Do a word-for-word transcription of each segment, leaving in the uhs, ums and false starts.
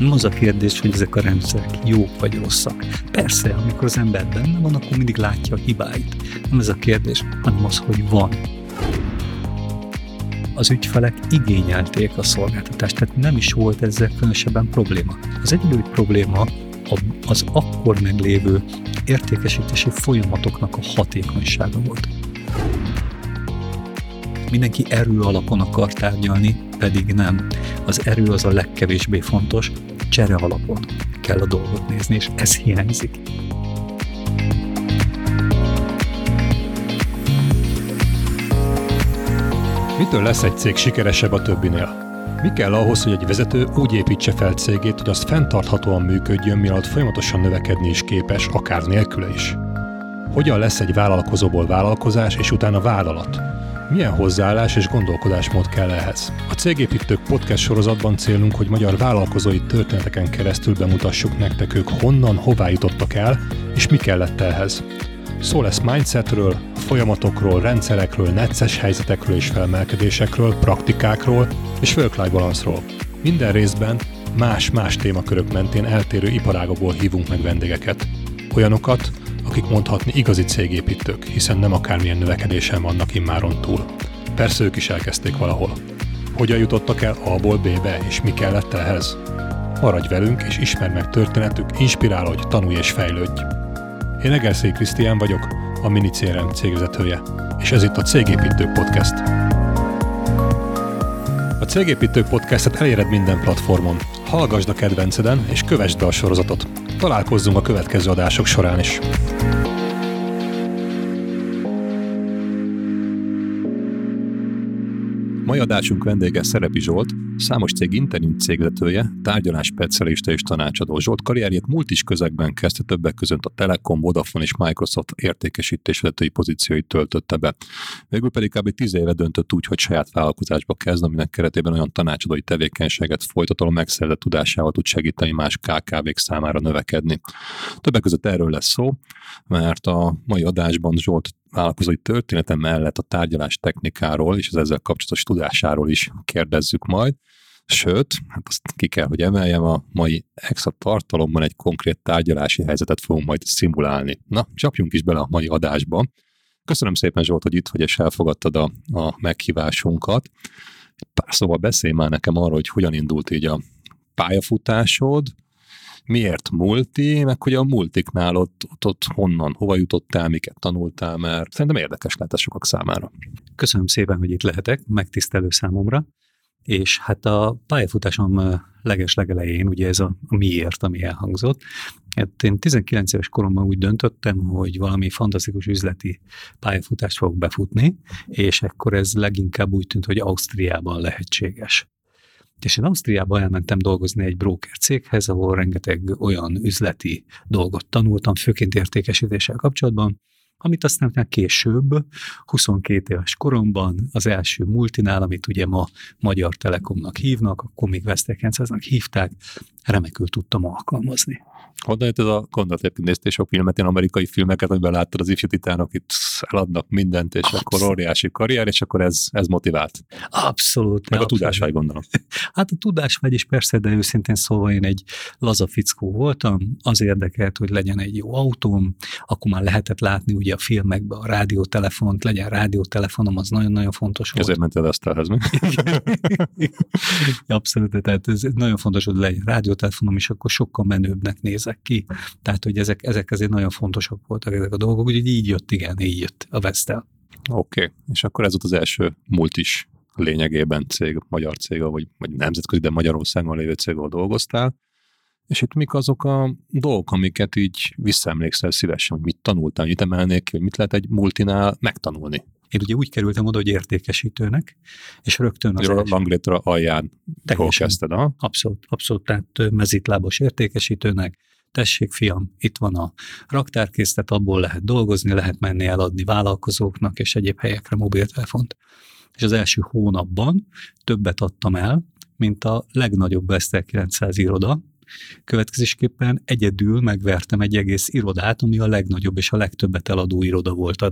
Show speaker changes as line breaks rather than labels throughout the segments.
Nem az a kérdés, hogy ezek a rendszerek jók vagy rosszak. Persze, amikor az ember benne van, akkor mindig látja a hibáit. Nem ez a kérdés, hanem az, hogy van. Az ügyfelek igényelték a szolgáltatást, tehát nem is volt ezzel különösebben probléma. Az egyedül probléma az akkor meglévő értékesítési folyamatoknak a hatékonysága volt. Mindenki erő alapon akar tárgyalni, pedig nem. Az erő az a legkevésbé fontos, csere alapon kell a dolgot nézni, és ez hiányzik.
Mitől lesz egy cég sikeresebb a többinél? Mi kell ahhoz, hogy egy vezető úgy építse fel cégét, hogy az fenntarthatóan működjön, mielőtt folyamatosan növekedni is képes, akár nélküle is? Hogyan lesz egy vállalkozóból vállalkozás, és utána vállalat? Milyen hozzáállás és gondolkodásmód kell ehhez? A Cégépítők podcast sorozatban célunk, hogy magyar vállalkozói történeteken keresztül bemutassuk nektek, ők honnan, hová jutottak el, és mi kellett ehhez. Szó lesz mindsetről, folyamatokról, rendszerekről, necces helyzetekről és felmelkedésekről, praktikákról és work-life balance-ról. Minden részben más-más témakörök mentén eltérő iparágokból hívunk meg vendégeket. Olyanokat, akik mondhatni igazi cégépítők, hiszen nem akármilyen növekedésen vannak immáron túl. Persze ők is elkezdték valahol. Hogyan jutottak el A-ból B-be, és mi kellett ehhez? Maradj velünk, és ismerd meg történetük, inspirálódj, tanulj és fejlődj. Én Egerszély Krisztián vagyok, a Mini cé er em cégvezetője, és ez itt a Cégépítők Podcast. A Cégépítők Podcastet eléred minden platformon. Hallgasd a kedvenceden, és kövesd be a sorozatot. Találkozzunk a következő adások során is. Mai adásunk vendége Szerepi Zsolt, számos cég interim cégvezetője, tárgyalásspecialista és tanácsadó. Zsolt karrierjét multis közegben kezdte, többek között a Telekom, Vodafone és Microsoft értékesítésvezetői pozícióit töltötte be. Végül pedig kb. tíz éve döntött úgy, hogy saját vállalkozásba kezd, aminek keretében olyan tanácsadói tevékenységet folytat, ahol megszerzett tudásával tud segíteni más ká ká vék számára növekedni. Többek között erről lesz szó, mert a mai adásban Zsolt vállalkozói története mellett a tárgyalás technikáról és az ezzel kapcsolatos tudásáról is kérdezzük majd. Sőt, hát azt ki kell, hogy emeljem, a mai extra tartalomban egy konkrét tárgyalási helyzetet fogunk majd szimulálni. Na, csapjunk is bele a mai adásba. Köszönöm szépen, Zsolt, hogy itt vagy és elfogadtad a, a meghívásunkat. Pár szóval beszélj már nekem arról, hogy hogyan indult így a pályafutásod, miért multi, meg hogy a multiknál ott, ott, ott honnan, hova jutottál, miket tanultál, mert szerintem érdekes lehet ez sokak számára.
Köszönöm szépen, hogy itt lehetek, megtisztelő számomra, és hát a pályafutásom leges-legelején, ugye ez a, a miért, ami elhangzott. Hát én tizenkilenc éves koromban úgy döntöttem, hogy valami fantasztikus üzleti pályafutást fogok befutni, és ekkor ez leginkább úgy tűnt, hogy Ausztriában lehetséges. És én Ausztriába elmentem dolgozni egy broker céghez, ahol rengeteg olyan üzleti dolgot tanultam, főként értékesítéssel kapcsolatban, amit aztán később, huszonkét éves koromban az első multinál, amit ugye ma Magyar Telekomnak hívnak, akkor még Western-nak hívták, remekül tudtam alkalmazni.
Honnan jött ez a gondolat? Egyébként néztél sok filmet, ilyen amerikai filmeket, amiben láttad az ifjú titánok, itt eladnak mindent, és abszolút. Akkor óriási karrier, és akkor ez, ez motivált.
Abszolút.
Meg
abszolút.
A tudásvágy, gondolom.
Hát a tudásvágy is persze, de őszintén szóval én egy laza fickó voltam, az érdekelt, hogy legyen egy jó autóm, akkor már lehetett látni ugye a filmekben a rádiótelefont, legyen rádiótelefonom, az nagyon-nagyon fontos volt.
Ezért mentél Eszterhez, mi?
Abszolút, tehát ez nagyon fontos, hogy legyen rádiótelefonom, és akkor sokkal menőbbnek nézek ki. Tehát, hogy ezek, ezek azért nagyon fontosak voltak ezek a dolgok, úgyhogy így jött, igen, így jött a Vestel.
Oké, okay. És akkor ez volt az első multis lényegében cég, magyar cég, vagy, vagy nemzetközi, de Magyarországon lévő cég, ahol dolgoztál. És itt mik azok a dolgok, amiket így visszaemlékszel szívesen, hogy mit tanultál, mit emelnék ki, hogy mit lehet egy multinál megtanulni?
Én ugye úgy kerültem oda, hogy értékesítőnek, és rögtön az
első... A Langlétra alján hol kezdted, ha?
Abszolút, abszolút, tehát mezitlábos értékesítőnek. Tessék, fiam, itt van a raktárkészlet, abból lehet dolgozni, lehet menni eladni vállalkozóknak és egyéb helyekre mobiltelefont. És az első hónapban többet adtam el, mint a legnagyobb Vestel kilencszáz iroda. Következésképpen egyedül megvertem egy egész irodát, ami a legnagyobb és a legtöbbet eladó iroda volt addig.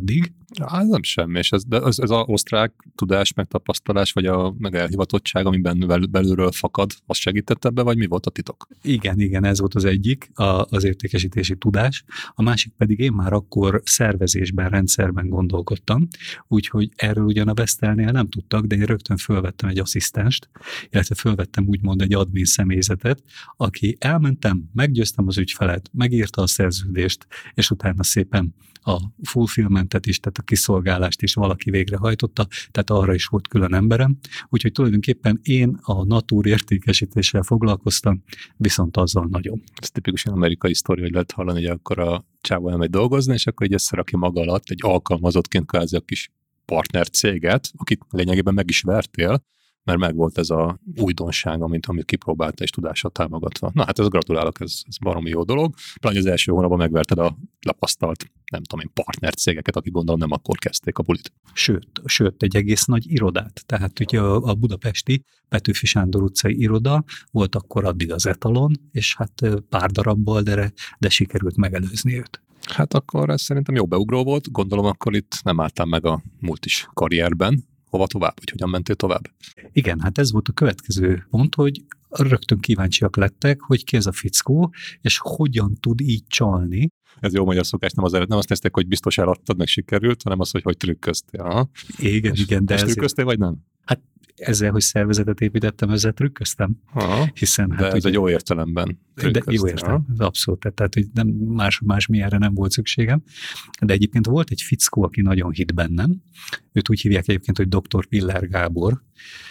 Á, ez nem semmi, és ez, de ez, ez az osztrák tudás, megtapasztalás, vagy a meg elhivatottság, ami bennül, belülről fakad, az segített ebbe, vagy mi volt a titok?
Igen, igen, ez volt az egyik, a, az értékesítési tudás. A másik pedig én már akkor szervezésben, rendszerben gondolkodtam, úgyhogy erről ugyan a Vestelnél nem tudtak, de én rögtön fölvettem egy asszisztenst, illetve fölvettem úgymond egy admin személyzetet, aki elmentem, meggyőztem az ügyfelet, megírta a szerződést, és utána szépen a fulfillmentet is, tehát a kiszolgálást is valaki végrehajtotta, tehát arra is volt külön emberem. Úgyhogy tulajdonképpen én a natúr értékesítéssel foglalkoztam, viszont azzal nagyon.
Ez tipikusan amerikai sztori, hogy lehet hallani, hogy akkor a csávó elmegy dolgozni, és akkor így összerakja maga alatt egy alkalmazottként kvázi a kis partner céget, akit lényegében meg is vertél, mert megvolt ez a újdonság, amit, amit kipróbálta és tudással támogatva. Na hát ez gratulálok, ez, ez baromi jó dolog. Pláne az első hónapban megverted a tapasztalt, nem tudom én, partner cégeket, akik gondolom nem akkor kezdték a bulit.
Sőt, sőt, egy egész nagy irodát. Tehát ugye a, a budapesti Petőfi Sándor utcai iroda volt akkor addig az etalon, és hát pár darabból, de, de sikerült megelőzni őt.
Hát akkor ez szerintem jó beugró volt, gondolom akkor itt nem álltál meg a multis karrierben. Hova tovább, vagy hogyan mentél tovább?
Igen, hát ez volt a következő pont, hogy rögtön kíváncsiak lettek, hogy ki ez a fickó, és hogyan tud így csalni.
Ez jó magyar szokás, nem, az, nem azt nézték, hogy biztos eladtad, meg sikerült, hanem az, hogy hogy trükköztél. Aha.
Igen,
és,
igen. De
és
ezért...
trükköztél, vagy nem?
Hát ezzel, hogy szervezetet építettem, ezzel trükköztem.
Aha.
Hiszen,
de
hát,
ez
ugye,
egy jó értelemben
de jó értelem, abszolút. Tehát, hogy nem más, más milyenre nem volt szükségem. De egyébként volt egy fickó, aki nagyon hitt bennem. Őt úgy hívják egyébként, hogy doktor Piller Gábor,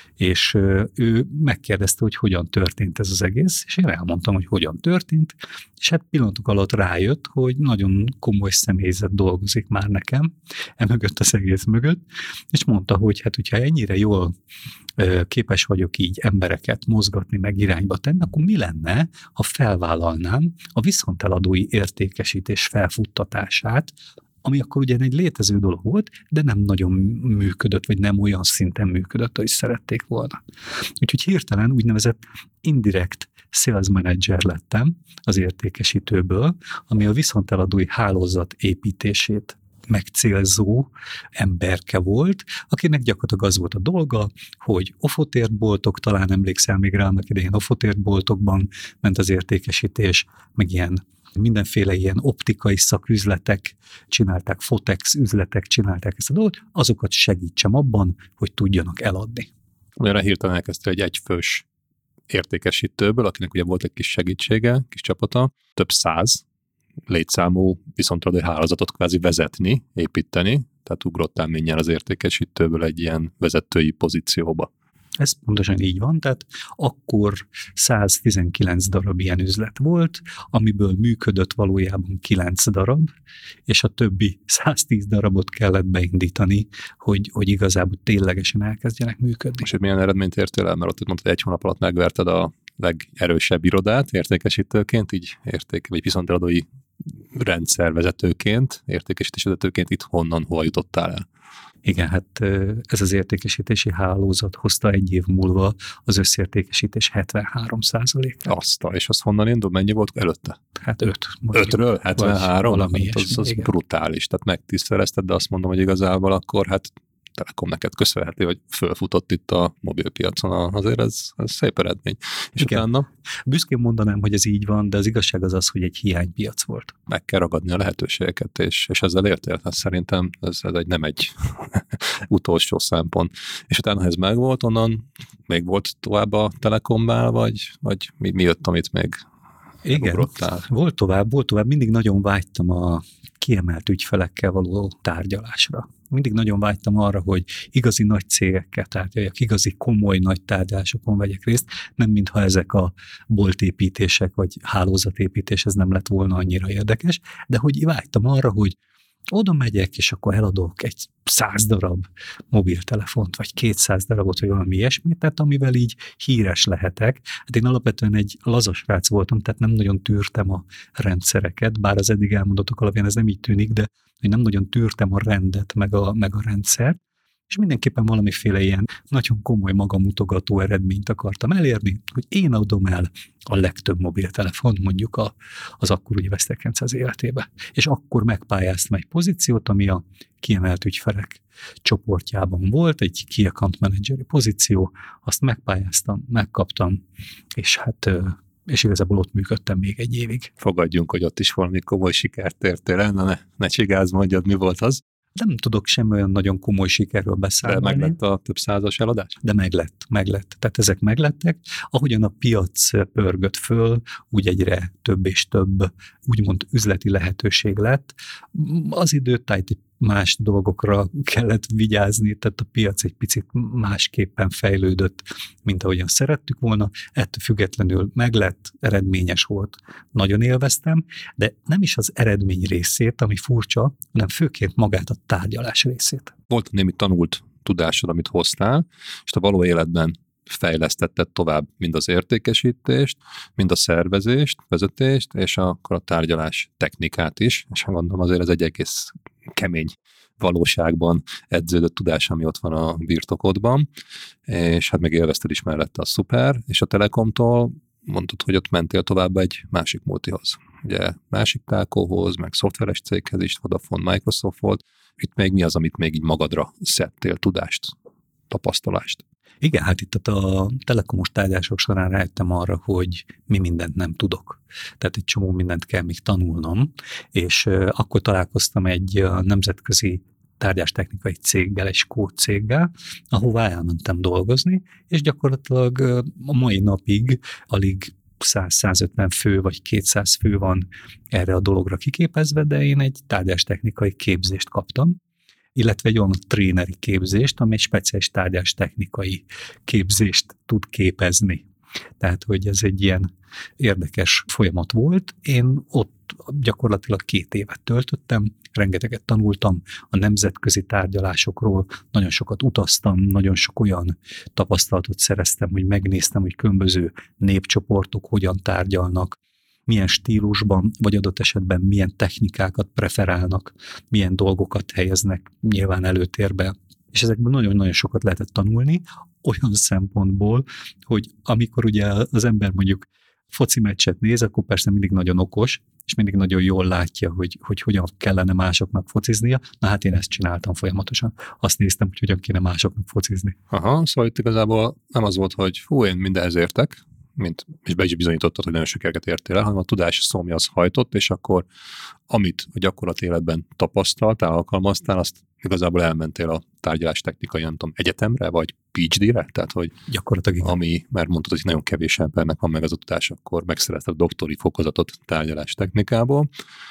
és ő megkérdezte, hogy hogyan történt ez az egész, és én elmondtam, hogy hogyan történt, és hát pillanatok alatt rájött, hogy nagyon komoly személyzet dolgozik már nekem, emögött az egész mögött, és mondta, hogy hát, hogyha ennyire jól képes vagyok így embereket mozgatni, meg irányba tenni, akkor mi lenne, ha felvállalnám a viszonteladói értékesítés felfuttatását, ami akkor ugye egy létező dolog volt, de nem nagyon működött, vagy nem olyan szinten működött, ahogy szerették volna. Úgyhogy hirtelen úgynevezett indirect sales manager lettem az értékesítőből, ami a viszonteladói hálózat építését megcélzó emberke volt, akinek gyakorlatilag az volt a dolga, hogy offotért boltok, talán emlékszel még rá, annak idején offotért boltokban ment az értékesítés, meg ilyen mindenféle ilyen optikai szaküzletek csinálták, fotex üzletek csinálták ezt a dolgot, azokat segítsem abban, hogy tudjanak eladni.
Olyanra hirtelen elkezdte egy egyfős értékesítőből, akinek ugye volt egy kis segítsége, kis csapata, több száz létszámú viszonteladói hálózatot kvázi vezetni, építeni, tehát ugrottál mindjárt az értékesítőből egy ilyen vezetői pozícióba.
Ez pontosan így van, tehát akkor száztizenkilenc darab ilyen üzlet volt, amiből működött valójában kilenc darab, és a többi száztíz darabot kellett beindítani, hogy, hogy igazából ténylegesen elkezdjenek működni.
És hogy milyen eredményt értél el? Mert ott mondtad, hogy egy hónap alatt megverted a legerősebb irodát értékesítőként, így érték, vagy viszonteladói rendszervezetőként, értékesítési vezetőként itt honnan, hova jutottál el?
Igen, hát ez az értékesítési hálózat hozta egy év múlva az összértékesítés hetvenhárom százalékát.
Azt, és az honnan indul? Mennyi volt előtte?
Hát öt.
Ötről? hetvenhárom?
Valami
hát az, az
igen.
brutális, tehát megtisztelezted, de azt mondom, hogy igazából akkor hát Telekom neked köszönheti, hogy fölfutott itt a mobilpiacon, azért ez, ez szép eredmény. És
igen.
utána?
Büszkén mondanám, hogy ez így van, de az igazság az az, hogy egy hiánypiac volt.
Meg kell ragadni a lehetőségeket, és, és ezzel értél. Hát szerintem ez, ez egy, nem egy utolsó szempont. És utána, ha ez megvolt, onnan még volt tovább a Telekomnál, vagy, vagy mi, mi jött, amit még
igen,
ugrottál?
volt tovább, volt tovább. Mindig nagyon vágytam a kiemelt ügyfelekkel való tárgyalásra. Mindig nagyon vágytam arra, hogy igazi nagy cégekkel tárgyaljak, igazi komoly nagy tárgyalásokon vegyek részt, nem mintha ezek a boltépítések vagy hálózatépítés, ez nem lett volna annyira érdekes, de hogy vágytam arra, hogy oda megyek, és akkor eladok egy száz darab mobiltelefont, vagy kétszáz darabot, vagy valami ilyesmit, tehát amivel így híres lehetek. Hát én alapvetően egy lazasrác voltam, tehát nem nagyon tűrtem a rendszereket, bár az eddig elmondatok alapján ez nem így tűnik, de hogy nem nagyon tűrtem a rendet, meg a, meg a rendszert, És mindenképpen valamiféle ilyen nagyon komoly magamutogató eredményt akartam elérni, hogy én adom el a legtöbb mobiltelefon, mondjuk a, az akkor ugye Veszter-Kencez életébe. És akkor megpályáztam egy pozíciót, ami a kiemelt ügyfelek csoportjában volt, egy key account manageri pozíció, azt megpályáztam, megkaptam, és hát és igazából ott működtem még egy évig.
Fogadjunk, hogy ott is valami komoly sikert értél el, na ne, ne csigázz, mondjad, mi volt az?
Nem tudok semmi olyan nagyon komoly sikerről beszámolni.
De meglett a több százas eladás?
De meglett, meglett. Tehát ezek meglettek. Ahogyan a piac pörgött föl, úgy egyre több és több úgymond üzleti lehetőség lett. Az időtájt más dolgokra kellett vigyázni, tehát a piac egy picit másképpen fejlődött, mint ahogyan szerettük volna. Ettől függetlenül meglett, eredményes volt, nagyon élveztem, de nem is az eredmény részét, ami furcsa, hanem főként magát a tárgyalás részét.
Volt némi tanult tudásod, amit hoztál, és a való életben fejlesztetted tovább mind az értékesítést, mind a szervezést, vezetést, és akkor a tárgyalás technikát is, és gondolom azért ez egy egész kemény valóságban edződött tudás, ami ott van a birtokodban, és hát meg élvezted is mellette, a szuper, és a Telekomtól mondtad, hogy ott mentél tovább egy másik multihoz. Ugye másik telkóhoz, meg szoftveres céghez is, Vodafone, Microsoft volt. Itt még mi az, amit még így magadra szedtél, tudást, tapasztalást?
Igen, hát itt a telekomos tárgyalások során rájöttem arra, hogy mi mindent nem tudok. Tehát egy csomó mindent kell még tanulnom, és akkor találkoztam egy nemzetközi tárgyástechnikai céggel, egy skót céggel, ahová elmentem dolgozni, és gyakorlatilag a mai napig alig száz-százötven fő vagy kétszáz fő van erre a dologra kiképezve, de én egy tárgyástechnikai képzést kaptam, illetve egy olyan tréneri képzést, ami egy speciális tárgyástechnikai képzést tud képezni. Tehát, hogy ez egy ilyen érdekes folyamat volt. Én ott gyakorlatilag két évet töltöttem, rengeteget tanultam a nemzetközi tárgyalásokról, nagyon sokat utaztam, nagyon sok olyan tapasztalatot szereztem, hogy megnéztem, hogy különböző népcsoportok hogyan tárgyalnak, milyen stílusban, vagy adott esetben milyen technikákat preferálnak, milyen dolgokat helyeznek nyilván előtérbe. És ezekből nagyon-nagyon sokat lehetett tanulni, olyan szempontból, hogy amikor ugye az ember mondjuk foci meccset néz, akkor persze mindig nagyon okos, és mindig nagyon jól látja, hogy, hogy hogyan kellene másoknak fociznia. Na hát én ezt csináltam folyamatosan. Azt néztem, hogy hogyan kéne másoknak focizni.
Aha, szóval itt igazából nem az volt, hogy hú, én mindenhez értek, mint, és be is bizonyítottad, hogy nagyon sikereket értél el, hanem a tudás szomja az hajtott, és akkor amit a gyakorlati életben tapasztaltál, alkalmaztál, azt igazából elmentél a tárgyalás technikai, nem tudom, egyetemre, vagy pé há dé-re? Tehát, hogy
gyakorlatilag igen.
Ami, mert mondtad, hogy nagyon kevés embernek van meg az a tudás, akkor megszerezted a doktori fokozatot tárgyalás technikából,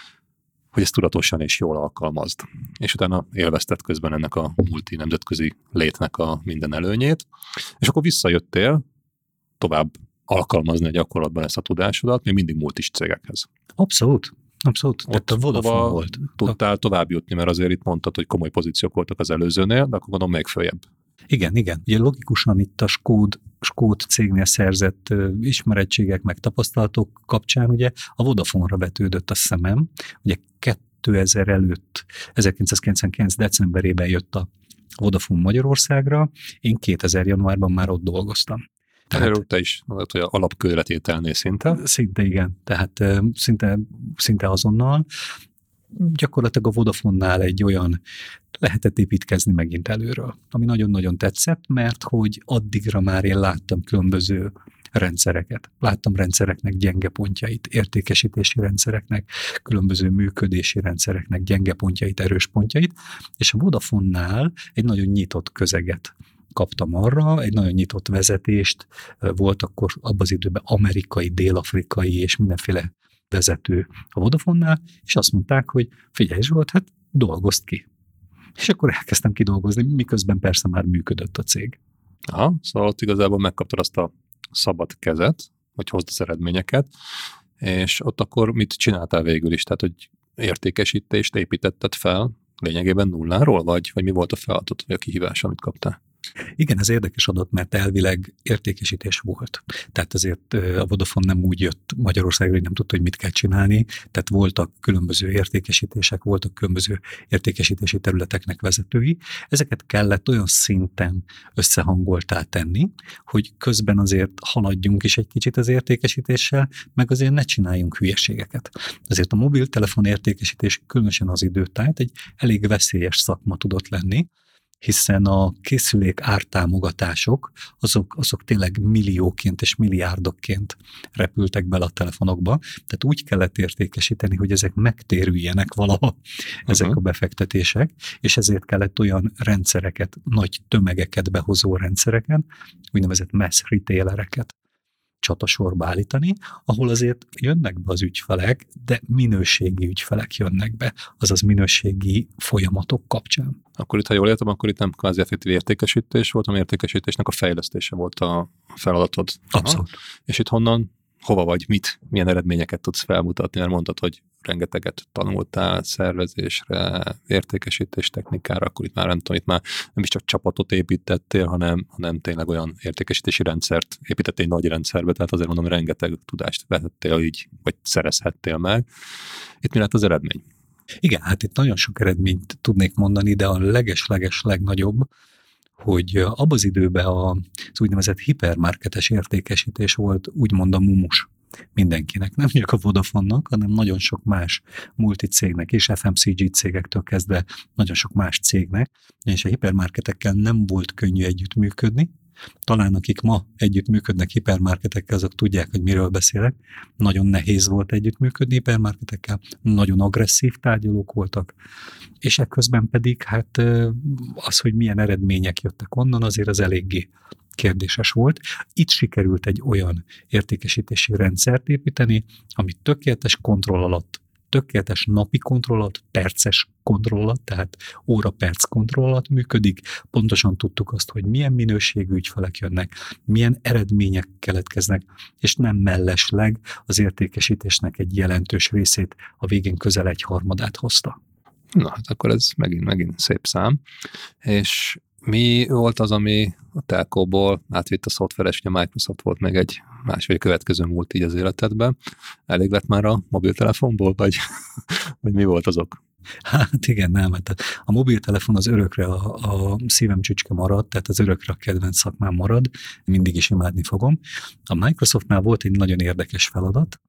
hogy ezt tudatosan és jól alkalmazd. És utána élvezted közben ennek a multi nemzetközi létnek a minden előnyét, és akkor visszajöttél tovább alkalmazni a gyakorlatban ezt a tudásodat, még mindig multis cégekhez.
Abszolút. Abszolút.
Ott
Tehát a Vodafone volt.
Tudtál tovább jutni, mert azért itt mondtad, hogy komoly pozíciók voltak az előzőnél, de akkor gondolom még följebb.
Igen, igen. Ugye logikusan itt a skót, skót cégnél szerzett uh, ismerettségek, meg tapasztalatok kapcsán ugye a Vodafone-ra vetődött a szemem. Ugye kétezer előtt, ezerkilencszázkilencvenkilenc decemberében jött a Vodafone Magyarországra, én kétezer januárban már ott dolgoztam.
Tehát, te is mondod, hogy alapkőletételnél szinte?
Szinte igen, tehát szinte, szinte azonnal. Gyakorlatilag a Vodafone-nál egy olyan lehetett építkezni megint előről, ami nagyon-nagyon tetszett, mert hogy addigra már én láttam különböző rendszereket. Láttam rendszereknek gyenge pontjait, értékesítési rendszereknek, különböző működési rendszereknek gyenge pontjait, erős pontjait, és a Vodafone-nál egy nagyon nyitott közeget kaptam arra, egy nagyon nyitott vezetést, volt akkor abban az időben amerikai, dél-afrikai és mindenféle vezető a Vodafone-nál, és azt mondták, hogy figyelj Zsolt, hát dolgozd ki. És akkor elkezdtem kidolgozni, miközben persze már működött a cég.
Aha, szóval ott igazából megkaptad azt a szabad kezet, hogy hozd az eredményeket, és ott akkor mit csináltál végül is? Tehát, hogy értékesítést építetted fel lényegében nulláról, vagy, vagy mi volt a feladat, vagy a kihívás, amit kaptál?
Igen, ez érdekes adat, mert elvileg értékesítés volt. Tehát azért a Vodafone nem úgy jött Magyarországra, hogy nem tudta, hogy mit kell csinálni. Tehát voltak különböző értékesítések, voltak különböző értékesítési területeknek vezetői. Ezeket kellett olyan szinten összehangoltá tenni, hogy közben azért haladjunk is egy kicsit az értékesítéssel, meg azért ne csináljunk hülyeségeket. Azért a mobiltelefon értékesítés különösen az időtájt egy elég veszélyes szakma tudott lenni, hiszen a készülék ártámogatások, azok, azok tényleg millióként és milliárdokként repültek bele a telefonokba, tehát úgy kellett értékesíteni, hogy ezek megtérüljenek valaha, uh-huh. ezek a befektetések, és ezért kellett olyan rendszereket, nagy tömegeket behozó rendszereken, úgynevezett mass retailereket csatasorba állítani, ahol azért jönnek be az ügyfelek, de minőségi ügyfelek jönnek be, azaz minőségi folyamatok kapcsán.
Akkor itt, ha jól értem, akkor itt nem kvázi effektív értékesítés volt, hanem értékesítésnek a fejlesztése volt a feladatod.
Abszolút.
Aha. És itt honnan, hova vagy, mit, milyen eredményeket tudsz felmutatni, mert mondtad, hogy rengeteget tanultál szervezésre, értékesítés technikára, akkor itt már nem tudom, itt már nem is csak csapatot építettél, hanem, hanem tényleg olyan értékesítési rendszert építettél egy nagy rendszerbe, tehát azért mondom, rengeteg tudást vehettél így, vagy szerezhettél meg. Itt mi lett az eredmény?
Igen, hát itt nagyon sok eredményt tudnék mondani, de a leges-leges legnagyobb, hogy abban az időben az úgynevezett hipermarketes értékesítés volt úgymond a mumus mindenkinek, nem csak a Vodafonnak, hanem nagyon sok más multicégnek és ef em cé gé cégektől kezdve nagyon sok más cégnek, és a hipermarketekkel nem volt könnyű együttműködni. Talán akik ma együttműködnek hipermarketekkel, azok tudják, hogy miről beszélek. Nagyon nehéz volt együttműködni hipermarketekkel, nagyon agresszív tárgyalók voltak, és ekközben pedig hát az, hogy milyen eredmények jöttek onnan, azért az eléggé kérdéses volt. Itt sikerült egy olyan értékesítési rendszert építeni, ami tökéletes kontroll alatt, tökéletes napi kontroll alatt, perces kontroll alatt, tehát óra-perc kontroll alatt működik. Pontosan tudtuk azt, hogy milyen minőségű ügyfelek jönnek, milyen eredmények keletkeznek, és nem mellesleg az értékesítésnek egy jelentős részét a végén közel egy harmadát hozta.
Na, hát akkor ez megint, megint szép szám. És mi volt az, ami a telkóból átvitt a szoftveres, ugye a Microsoft volt meg egy más vagy következő múlt így az életedben. Elég lett már a mobiltelefonból, vagy, vagy mi volt azok?
Hát igen, nem, hát a mobiltelefon az örökre a, a szívem csücske marad, tehát az örökre a kedvenc szakmám marad, mindig is imádni fogom. A Microsoftnál volt egy nagyon érdekes feladat,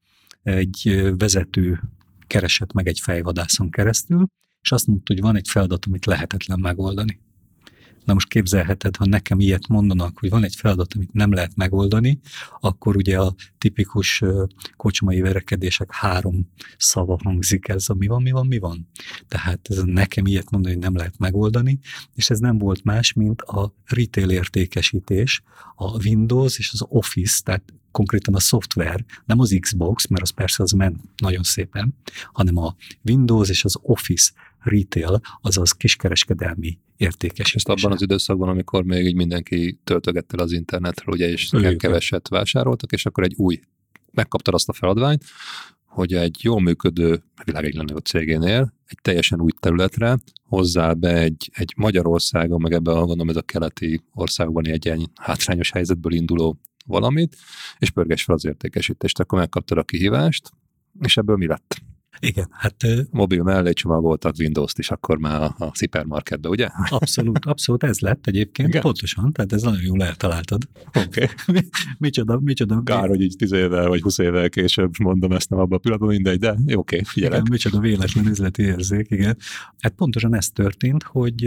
egy vezető keresett meg egy fejvadászon keresztül, és azt mondta, hogy van egy feladat, amit lehetetlen megoldani. Na most képzelheted, ha nekem ilyet mondanak, hogy van egy feladat, amit nem lehet megoldani, akkor ugye a tipikus kocsmai verekedések három szava hangzik, ez a mi van, mi van, mi van. Tehát ez nekem ilyet mondani, hogy nem lehet megoldani, és ez nem volt más, mint a retail értékesítés, a Windows és az Office, tehát konkrétan a szoftver, nem az Xbox, mert az persze az ment nagyon szépen, hanem a Windows és az Office retail, azaz kiskereskedelmi értékesítés.
Ezt abban az időszakban, amikor még így mindenki töltögette le az internetről, ugye, és
Ők.
keveset vásároltak, és akkor egy új, megkaptad azt a feladványt, hogy egy jól működő, világ egy legnagyobb cégénél, egy teljesen új területre hozzá be egy, egy Magyarországon, meg ebben gondolom ez a keleti országban egy ilyen hátrányos helyzetből induló valamit, és pörgess fel az értékesítést. Akkor megkaptad a kihívást, és ebből mi lett?
Igen, hát...
Mobil mellé csomagoltak Windows-t is akkor már a, a hipermarketbe, ugye?
Abszolút, abszolút ez lett egyébként, igen? Pontosan, tehát ez nagyon jól eltaláltad.
Oké. Okay.
micsoda, micsoda...
Kár, hogy így tíz évvel vagy húsz évvel később mondom ezt nem abban a pillanatban, mindegy, de oké, okay, figyelek.
Igen, micsoda véletlen üzleti érzék, igen. Hát pontosan ez történt, hogy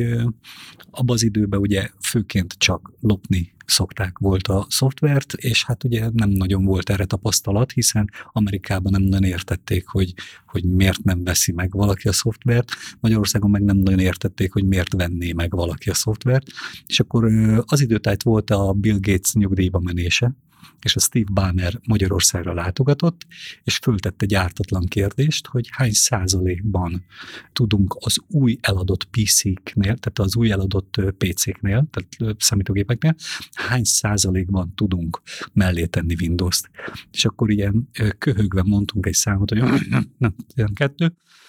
abban az időben ugye főként csak lopni szokták volt a szoftvert, és hát ugye nem nagyon volt erre tapasztalat, hiszen Amerikában nem nagyon értették, hogy, hogy miért nem veszi meg valaki a szoftvert, Magyarországon meg nem nagyon értették, hogy miért venné meg valaki a szoftvert, és akkor az időtájt volt a Bill Gates nyugdíjba menése, és a Steve Ballmer Magyarországra látogatott, és föltette egy ártatlan kérdést, hogy hány százalékban tudunk az új eladott pé céknél, tehát az új eladott pé céknél, tehát számítógépeknél, hány százalékban tudunk mellé tenni Windows-t. És akkor ilyen köhögve mondtunk egy számot, hogy nem, tizenkettő,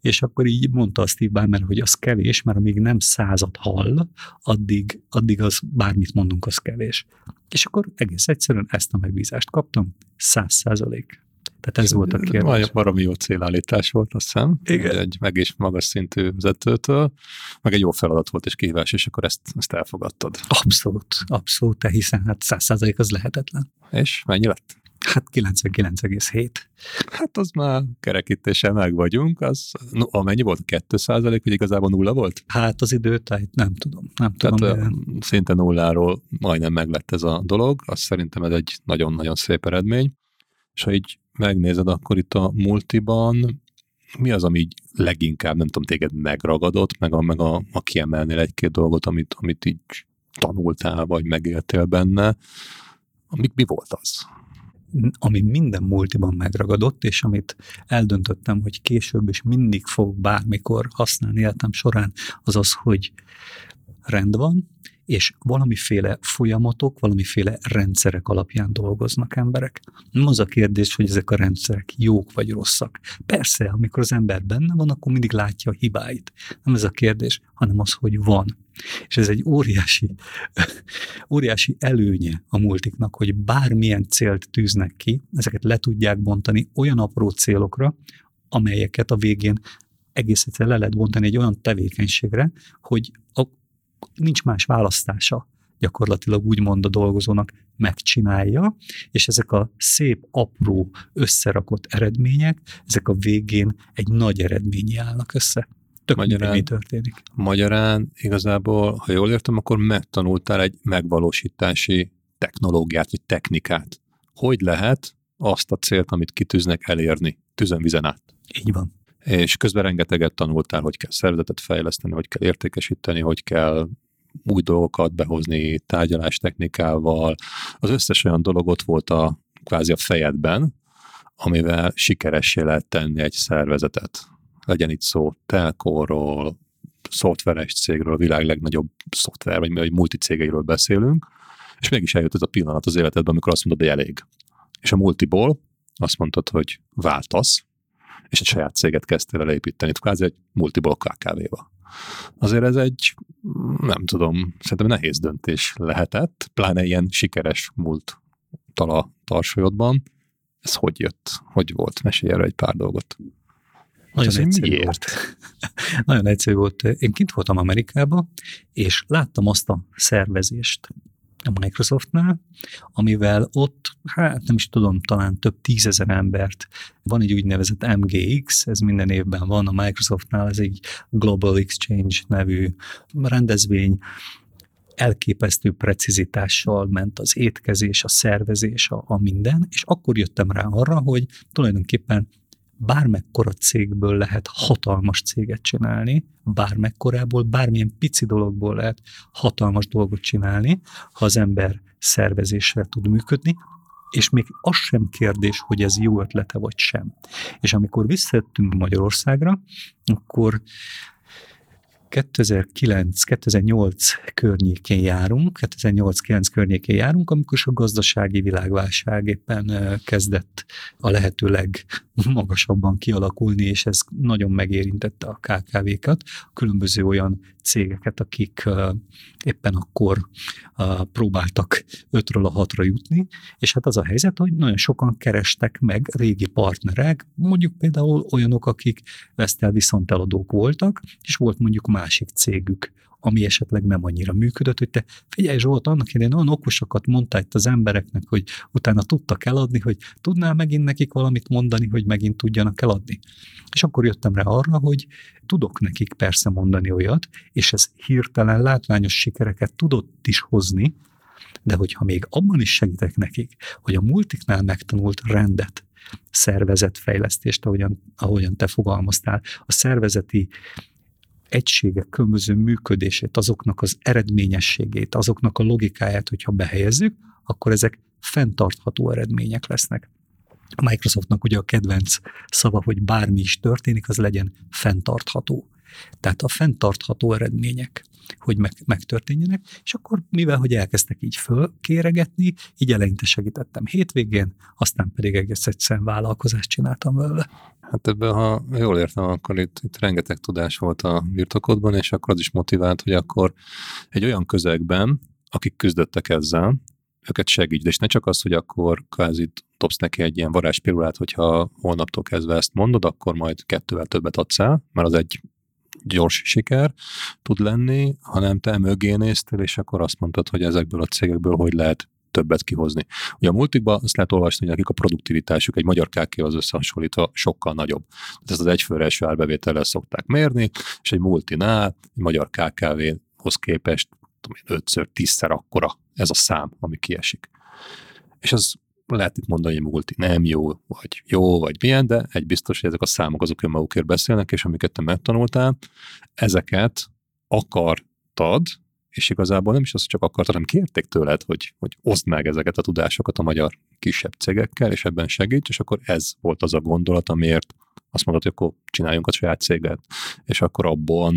És akkor így mondta a Steve Ballmer, hogy az kevés, mert amíg nem százat hall, addig, addig az bármit mondunk, az kevés. És akkor egész egyszerűen ezt a megbízást kaptam, száz százalék. Tehát ez volt a kérdés.
Valami jó célállítás volt, azt hiszem.
Igen.
Egy meg is magas szintű vezetőtől, meg egy jó feladat volt és kihívás, és akkor ezt, ezt elfogadtad.
Abszolút, abszolút, te hiszen hát száz százalék az lehetetlen.
És mennyi lett?
Hát kilencvenkilenc egész hét.
Hát az már kerekítéssel meg vagyunk, az no, amennyi volt? kettő százalék, hogy igazából nulla volt?
Hát az időtájt nem tudom, nem
Tehát
tudom.
De... szinte nulláról majdnem meglett ez a dolog, azt szerintem ez egy nagyon-nagyon szép eredmény, és ha így megnézed, akkor itt a multiban mi az, ami így leginkább, nem tudom, téged megragadott, meg a, meg a, a kiemelnél egy-két dolgot, amit, amit így tanultál, vagy megéltél benne. Mi, mi volt az?
Ami minden multiban megragadott, és amit eldöntöttem, hogy később is mindig fog bármikor használni életem során, az az, hogy rend van, és valamiféle folyamatok, valamiféle rendszerek alapján dolgoznak emberek. Nem az a kérdés, hogy ezek a rendszerek jók vagy rosszak. Persze, amikor az ember benne van, akkor mindig látja a hibáit. Nem ez a kérdés, hanem az, hogy van. És ez egy óriási, óriási előnye a multiknak, hogy bármilyen célt tűznek ki, ezeket le tudják bontani olyan apró célokra, amelyeket a végén egész egyszerűen le lehet bontani egy olyan tevékenységre, hogy a nincs más választása, gyakorlatilag úgymond a dolgozónak megcsinálja, és ezek a szép, apró, összerakott eredmények, ezek a végén egy nagy eredményi állnak össze. Tök
magyarán,
mi történik.
Magyarán igazából, ha jól értem, akkor megtanultál egy megvalósítási technológiát, vagy technikát. Hogy lehet azt a célt, amit kitűznek, elérni tűzön vizen át?
Így van.
És közben rengeteget tanultál, hogy kell szervezetet fejleszteni, hogy kell értékesíteni, hogy kell új dolgokat behozni tárgyalástechnikával. Az összes olyan dolog ott volt a kvázi a fejedben, amivel sikeressé lehet tenni egy szervezetet. Legyen itt szó telkóról, szoftveres cégről, a világ legnagyobb szoftver, vagy mi egy multicégeiről beszélünk, és mégis eljött ez a pillanat az életedben, amikor azt mondod, hogy elég. És a multiból azt mondtad, hogy váltasz, és egy saját céget kezdtél el építeni, kvázi egy multiból ká ká vé-val. Azért ez egy, nem tudom, szerintem nehéz döntés lehetett, pláne ilyen sikeres múlt tala tarsolyodban. Ez hogy jött? Hogy volt? Mesélj erről egy pár dolgot.
Nagyon egyszerű volt. Nagyon egyszerű volt. Én kint voltam Amerikában, és láttam azt a szervezést a Microsoftnál, amivel ott, hát nem is tudom, talán több tízezer embert, van egy úgynevezett em gé iksz, ez minden évben van a Microsoftnál, ez egy Global Exchange nevű rendezvény, elképesztő precizitással ment az étkezés, a szervezés, a, a minden, és akkor jöttem rá arra, hogy tulajdonképpen bármekkora cégből lehet hatalmas céget csinálni, bármekkorából, bármilyen pici dologból lehet hatalmas dolgot csinálni, ha az ember szervezésre tud működni, és még az sem kérdés, hogy ez jó ötlete vagy sem. És amikor visszajöttünk Magyarországra, akkor kétezer-kilenc kétezer-nyolc környékén járunk, kétezer-nyolc-kilenc környékén járunk, amikor a gazdasági világválság éppen kezdett a lehető legmagasabban kialakulni, és ez nagyon megérintette a ká ká vé-kat, különböző olyan cégeket, akik éppen akkor próbáltak ötről a hatra jutni, és hát az a helyzet, hogy nagyon sokan kerestek meg régi partnerek, mondjuk például olyanok, akik vesztel viszonteladók voltak, és volt mondjuk másik cégük, ami esetleg nem annyira működött, hogy te figyelj Zsolt, annak idején olyan okosakat mondtál itt az embereknek, hogy utána tudtak eladni, hogy tudnál megint nekik valamit mondani, hogy megint tudjanak eladni. És akkor jöttem rá arra, hogy tudok nekik persze mondani olyat, és ez hirtelen látványos sikereket tudott is hozni, de hogyha még abban is segítek nekik, hogy a multiknál megtanult rendet, szervezetfejlesztést, ahogyan, ahogyan te fogalmaztál, a szervezeti egységek különböző működését, azoknak az eredményességét, azoknak a logikáját, hogyha behelyezzük, akkor ezek fenntartható eredmények lesznek. A Microsoftnak ugye a kedvenc szava, hogy bármi is történik, az legyen fenntartható. Tehát a fenntartható eredmények, hogy meg, megtörténjenek, és akkor mivel, hogy elkezdtek így fölkéregetni, így eleinte segítettem hétvégén, aztán pedig egész egyszerűen vállalkozást csináltam vele.
Hát ebben, ha jól értem, akkor itt, itt rengeteg tudás volt a birtokodban, és akkor az is motivált, hogy akkor egy olyan közegben, akik küzdöttek ezzel, őket segítsd, és ne csak az, hogy akkor kvázi dobsz neki egy ilyen varázspirulát, hogyha holnaptól kezdve ezt mondod, akkor majd kettővel többet adsz el, mert az egy gyors siker tud lenni, hanem te mögé néztél, és akkor azt mondtad, hogy ezekből a cégekből hogy lehet többet kihozni. Ugye a multikban azt lehet olvasni, hogy akik a produktivitásuk egy magyar ká ká-hoz összehasonlítva sokkal nagyobb. Tehát ezt az egyfőre eső árbevétellel szokták mérni, és egy multinál, egy magyar ká ká vé-hoz képest ötször, tízszer akkora ez a szám, ami kiesik. És az lehet itt mondani, hogy multi nem jó, vagy jó, vagy milyen, de egy biztos, hogy ezek a számok azok önmagukért beszélnek, és amiket te megtanultál, ezeket akartad, és igazából nem is azt csak akartad, hanem kérték tőled, hogy, hogy oszd meg ezeket a tudásokat a magyar kisebb cégekkel, és ebben segíts, és akkor ez volt az a gondolat, amiért azt mondod, hogy akkor csináljunk a saját céget, és akkor abban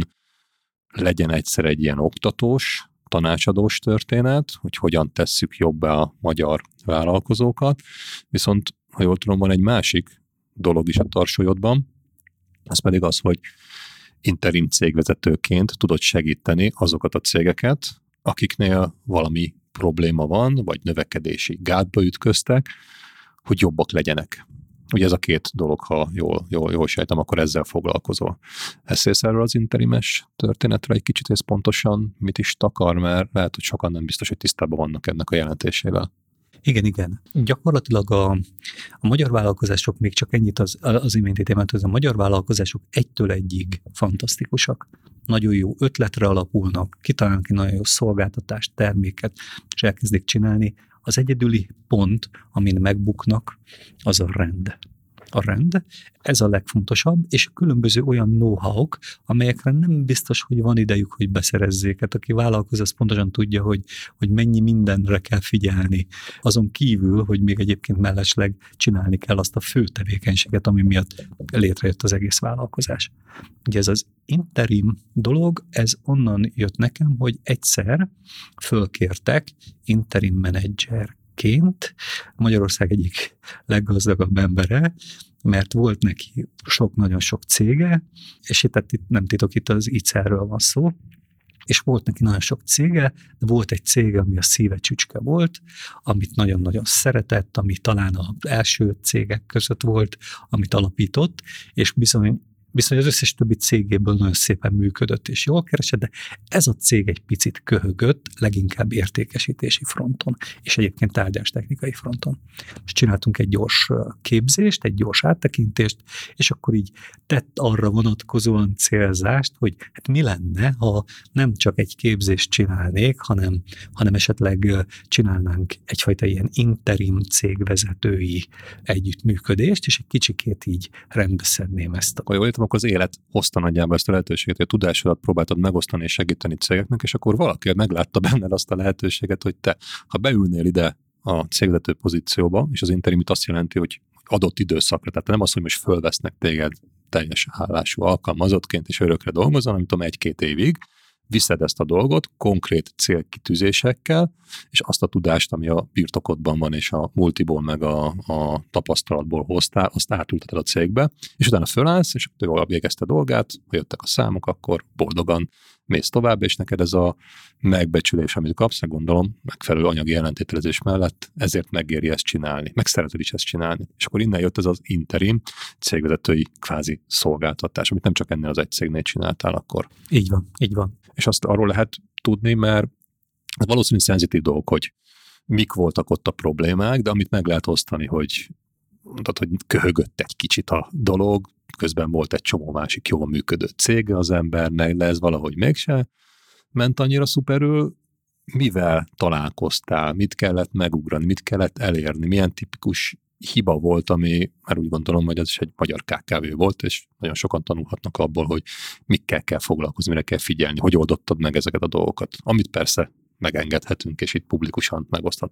legyen egyszer egy ilyen oktatós, tanácsadós történet, hogy hogyan tesszük jobbá a magyar vállalkozókat, viszont, ha jól tudom, van egy másik dolog is a tarsolyodban, ez pedig az, hogy interim cégvezetőként tudod segíteni azokat a cégeket, akiknél valami probléma van, vagy növekedési gátba ütköztek, hogy jobbak legyenek. Ugye ez a két dolog, ha jól, jól, jól sejtem, akkor ezzel foglalkozol. Eszélsz erről az interimes történetre egy kicsit, ez pontosan mit is takar, mert lehet, hogy sokan nem biztos, hogy tisztában vannak ennek a jelentésével.
Igen, igen. Gyakorlatilag a, a magyar vállalkozások még csak ennyit az, az iménti témát, hogy a magyar vállalkozások egytől egyig fantasztikusak. Nagyon jó ötletre alapulnak, kitalálnak ki nagyon jó szolgáltatást, terméket, és elkezdik csinálni. Az egyedüli pont, amin megbuknak, az a rend. A rend, ez a legfontosabb, és különböző olyan know-how-k, amelyekre nem biztos, hogy van idejük, hogy beszerezzék. Hát aki vállalkoz, az pontosan tudja, hogy, hogy mennyi mindenre kell figyelni. Azon kívül, hogy még egyébként mellesleg csinálni kell azt a fő tevékenységet, ami miatt létrejött az egész vállalkozás. Ugye ez az interim dolog, ez onnan jött nekem, hogy egyszer fölkértek interim menedzserként Magyarország egyik leggazdagabb embere, mert volt neki sok, nagyon sok cége, és itt, itt nem titok, itt az í cé er-ről van szó, és volt neki nagyon sok cége, de volt egy cége, ami a szíve csücske volt, amit nagyon-nagyon szeretett, ami talán az első cégek között volt, amit alapított, és bizony Viszont az összes többi cégéből nagyon szépen működött és jól keresett, de ez a cég egy picit köhögött, leginkább értékesítési fronton, és egyébként tárgyástechnikai fronton. És csináltunk egy gyors képzést, egy gyors áttekintést, és akkor így tett arra vonatkozóan célzást, hogy hát mi lenne, ha nem csak egy képzést csinálnék, hanem, hanem esetleg csinálnánk egyfajta ilyen interim cégvezetői együttműködést, és egy kicsikét így rendbeszedném ezt.
Akkor jól értem, akkor az élet hozta nagyjából ezt a lehetőséget, hogy a tudásodat próbáltad megosztani és segíteni cégeknek, és akkor valaki meglátta benned azt a lehetőséget, hogy te, ha beülnél ide a cégvezető pozícióba, és az interimit azt jelenti, hogy adott időszakra, tehát nem az, hogy most fölvesznek téged teljes állású alkalmazottként, és örökre dolgozol, nem tudom, egy-két évig, viszed ezt a dolgot konkrét célkitűzésekkel, és azt a tudást, ami a birtokodban van, és a multiból, meg a, a tapasztalatból hoztál, azt átülteted a cégbe, és utána fölállsz, és jól végezte a dolgát, ha jöttek a számok, akkor boldogan mész tovább, és neked ez a megbecsülés, amit kapsz, gondolom, megfelelő anyagi ellentételezés mellett, ezért megéri ezt csinálni, meg szereted is ezt csinálni. És akkor innen jött ez az interim cégvezetői kvázi szolgáltatás, amit nem csak ennél az egy cégnél csináltál akkor.
Így van, így van.
És azt arról lehet tudni, mert valószínűleg szenzitív dolog, hogy mik voltak ott a problémák, de amit meg lehet osztani, hogy mondtad, hogy köhögött egy kicsit a dolog, közben volt egy csomó másik jól működő cége az embernek, de ez valahogy mégse ment annyira szuperül. Mivel találkoztál? Mit kellett megugrani? Mit kellett elérni? Milyen tipikus hiba volt, ami már úgy gondolom, hogy ez is egy magyar ká ká vé volt, és nagyon sokan tanulhatnak abból, hogy mikkel kell foglalkozni, mire kell figyelni, hogy oldottad meg ezeket a dolgokat, amit persze megengedhetünk, és itt publikusan megoszthatunk.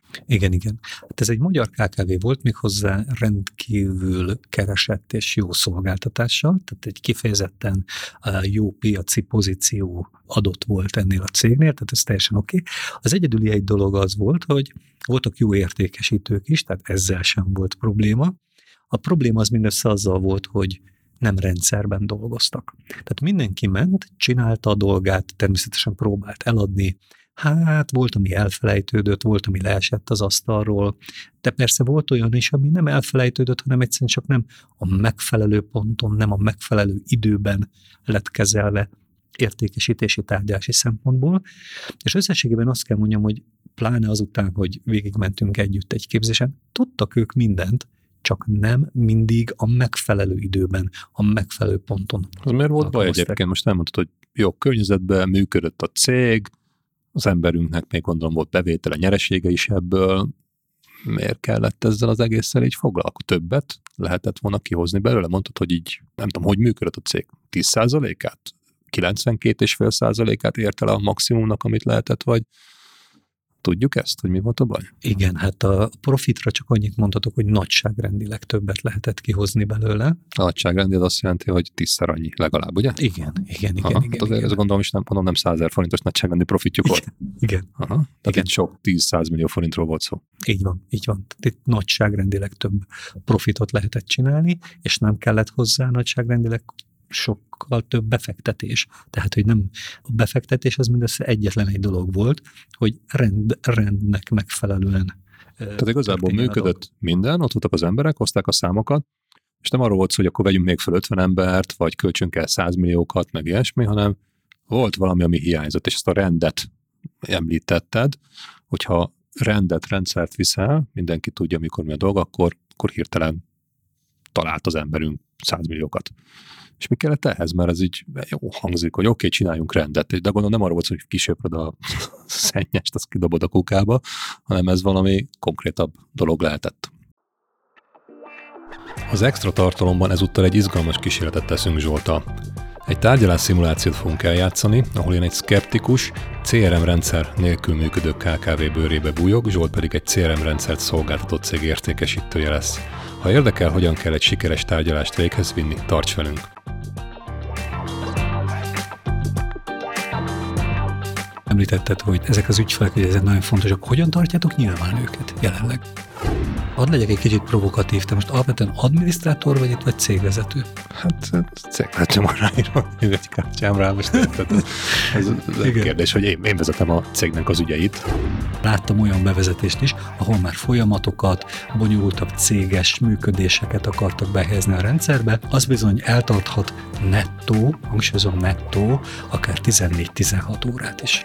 Igen, igen. Hát ez egy magyar ká ká vé volt, méghozzá rendkívül keresett és jó szolgáltatással, tehát egy kifejezetten jó piaci pozíció adott volt ennél a cégnél, tehát ez teljesen oké. Okay. Az egyedüli egy dolog az volt, hogy voltak jó értékesítők is, tehát ezzel sem volt probléma. A probléma az mindössze azzal volt, hogy nem rendszerben dolgoztak. Tehát mindenki ment, csinálta a dolgát, természetesen próbált eladni, hát volt, ami elfelejtődött, volt, ami leesett az asztalról, de persze volt olyan is, ami nem elfelejtődött, hanem egyszerűen csak nem a megfelelő ponton, nem a megfelelő időben lett kezelve értékesítési tárgyalási szempontból. És összességében azt kell mondjam, hogy pláne azután, hogy végigmentünk együtt egy képzésen, tudtak ők mindent, csak nem mindig a megfelelő időben, a megfelelő ponton.
Az miért volt baj egyébként? Most elmondtad, hogy jó környezetben működött a cég, az emberünknek még gondolom volt bevétele, nyeresége is ebből. Miért kellett ezzel az egésszel így foglalkozni? Többet lehetett volna kihozni belőle? Mondtad, hogy így, nem tudom, hogy működött a cég? tíz százalékát? kilencvenkét egész öt százalékát ért el a maximumnak, amit lehetett, vagy tudjuk ezt, hogy mi volt a baj?
Igen, hát a profitra csak annyit mondhatok, hogy nagyságrendileg többet lehetett kihozni belőle.
A nagyságrendileg azt jelenti, hogy tízszer annyi legalább, ugye?
Igen, igen, igen.
Aha,
igen,
hát
igen.
Ez gondolom is nem mondom, nem százezer forintos nagyságrendi profitjuk volt.
Igen.
Aha, tehát
igen.
itt sok tíz-száz millió forintról volt szó.
Így van, így van. Tehát itt nagyságrendileg több profitot lehetett csinálni, és nem kellett hozzá nagyságrendileg sokkal több befektetés. Tehát, hogy nem a befektetés az mindössze egyetlen egy dolog volt, hogy rend, rendnek megfelelően.
Tehát igazából működött minden, ott voltak az emberek, hozták a számokat, és nem arról volt szó, hogy akkor vegyünk még fel ötven embert, vagy költsünk el száz milliókat, meg ilyesmi, hanem volt valami, ami hiányzott, és ezt a rendet említetted, hogyha rendet, rendszert viszel, mindenki tudja, mikor mi a dolga, akkor, akkor hirtelen talált az emberünk száz milliókat. És mi kellett ehhez? Mert ez így jó hangzik, hogy oké, okay, csináljunk rendet, de gondolom nem arról volt, hogy kisöpröd a szennyest, azt kidobod a kukába, hanem ez valami konkrétabb dolog lehetett. Az extra tartalomban ezúttal egy izgalmas kísérletet teszünk Zsolttal. Egy tárgyalás szimulációt fogunk eljátszani, ahol én egy szkeptikus, cé er em rendszer nélkül működő ká ká vé bőrébe bújok, Zsolt pedig egy cé er em rendszert szolgáltató cég értékesítője lesz. Ha érdekel, hogyan kell egy sikeres tárgyalást véghez vinni, tarts velünk!
Említetted, hogy ezek az ügyfelek, hogy ezek nagyon fontosak. Hogyan tartjátok nyilván őket jelenleg? Hadd legyek egy kicsit provokatív, te most alapvetően adminisztrátor vagy itt, vagy cégvezető?
Hát cégvezető van ráírva, egy kártyámra, most érted. Ez, ez a kérdés, hogy én, én vezetem a cégnek az ügyeit.
Láttam olyan bevezetést is, ahol már folyamatokat, bonyolultabb céges működéseket akartak behelyezni a rendszerbe, az bizony eltarthat nettó, hangsúlyozom nettó, akár tizennégy-tizenhat órát is.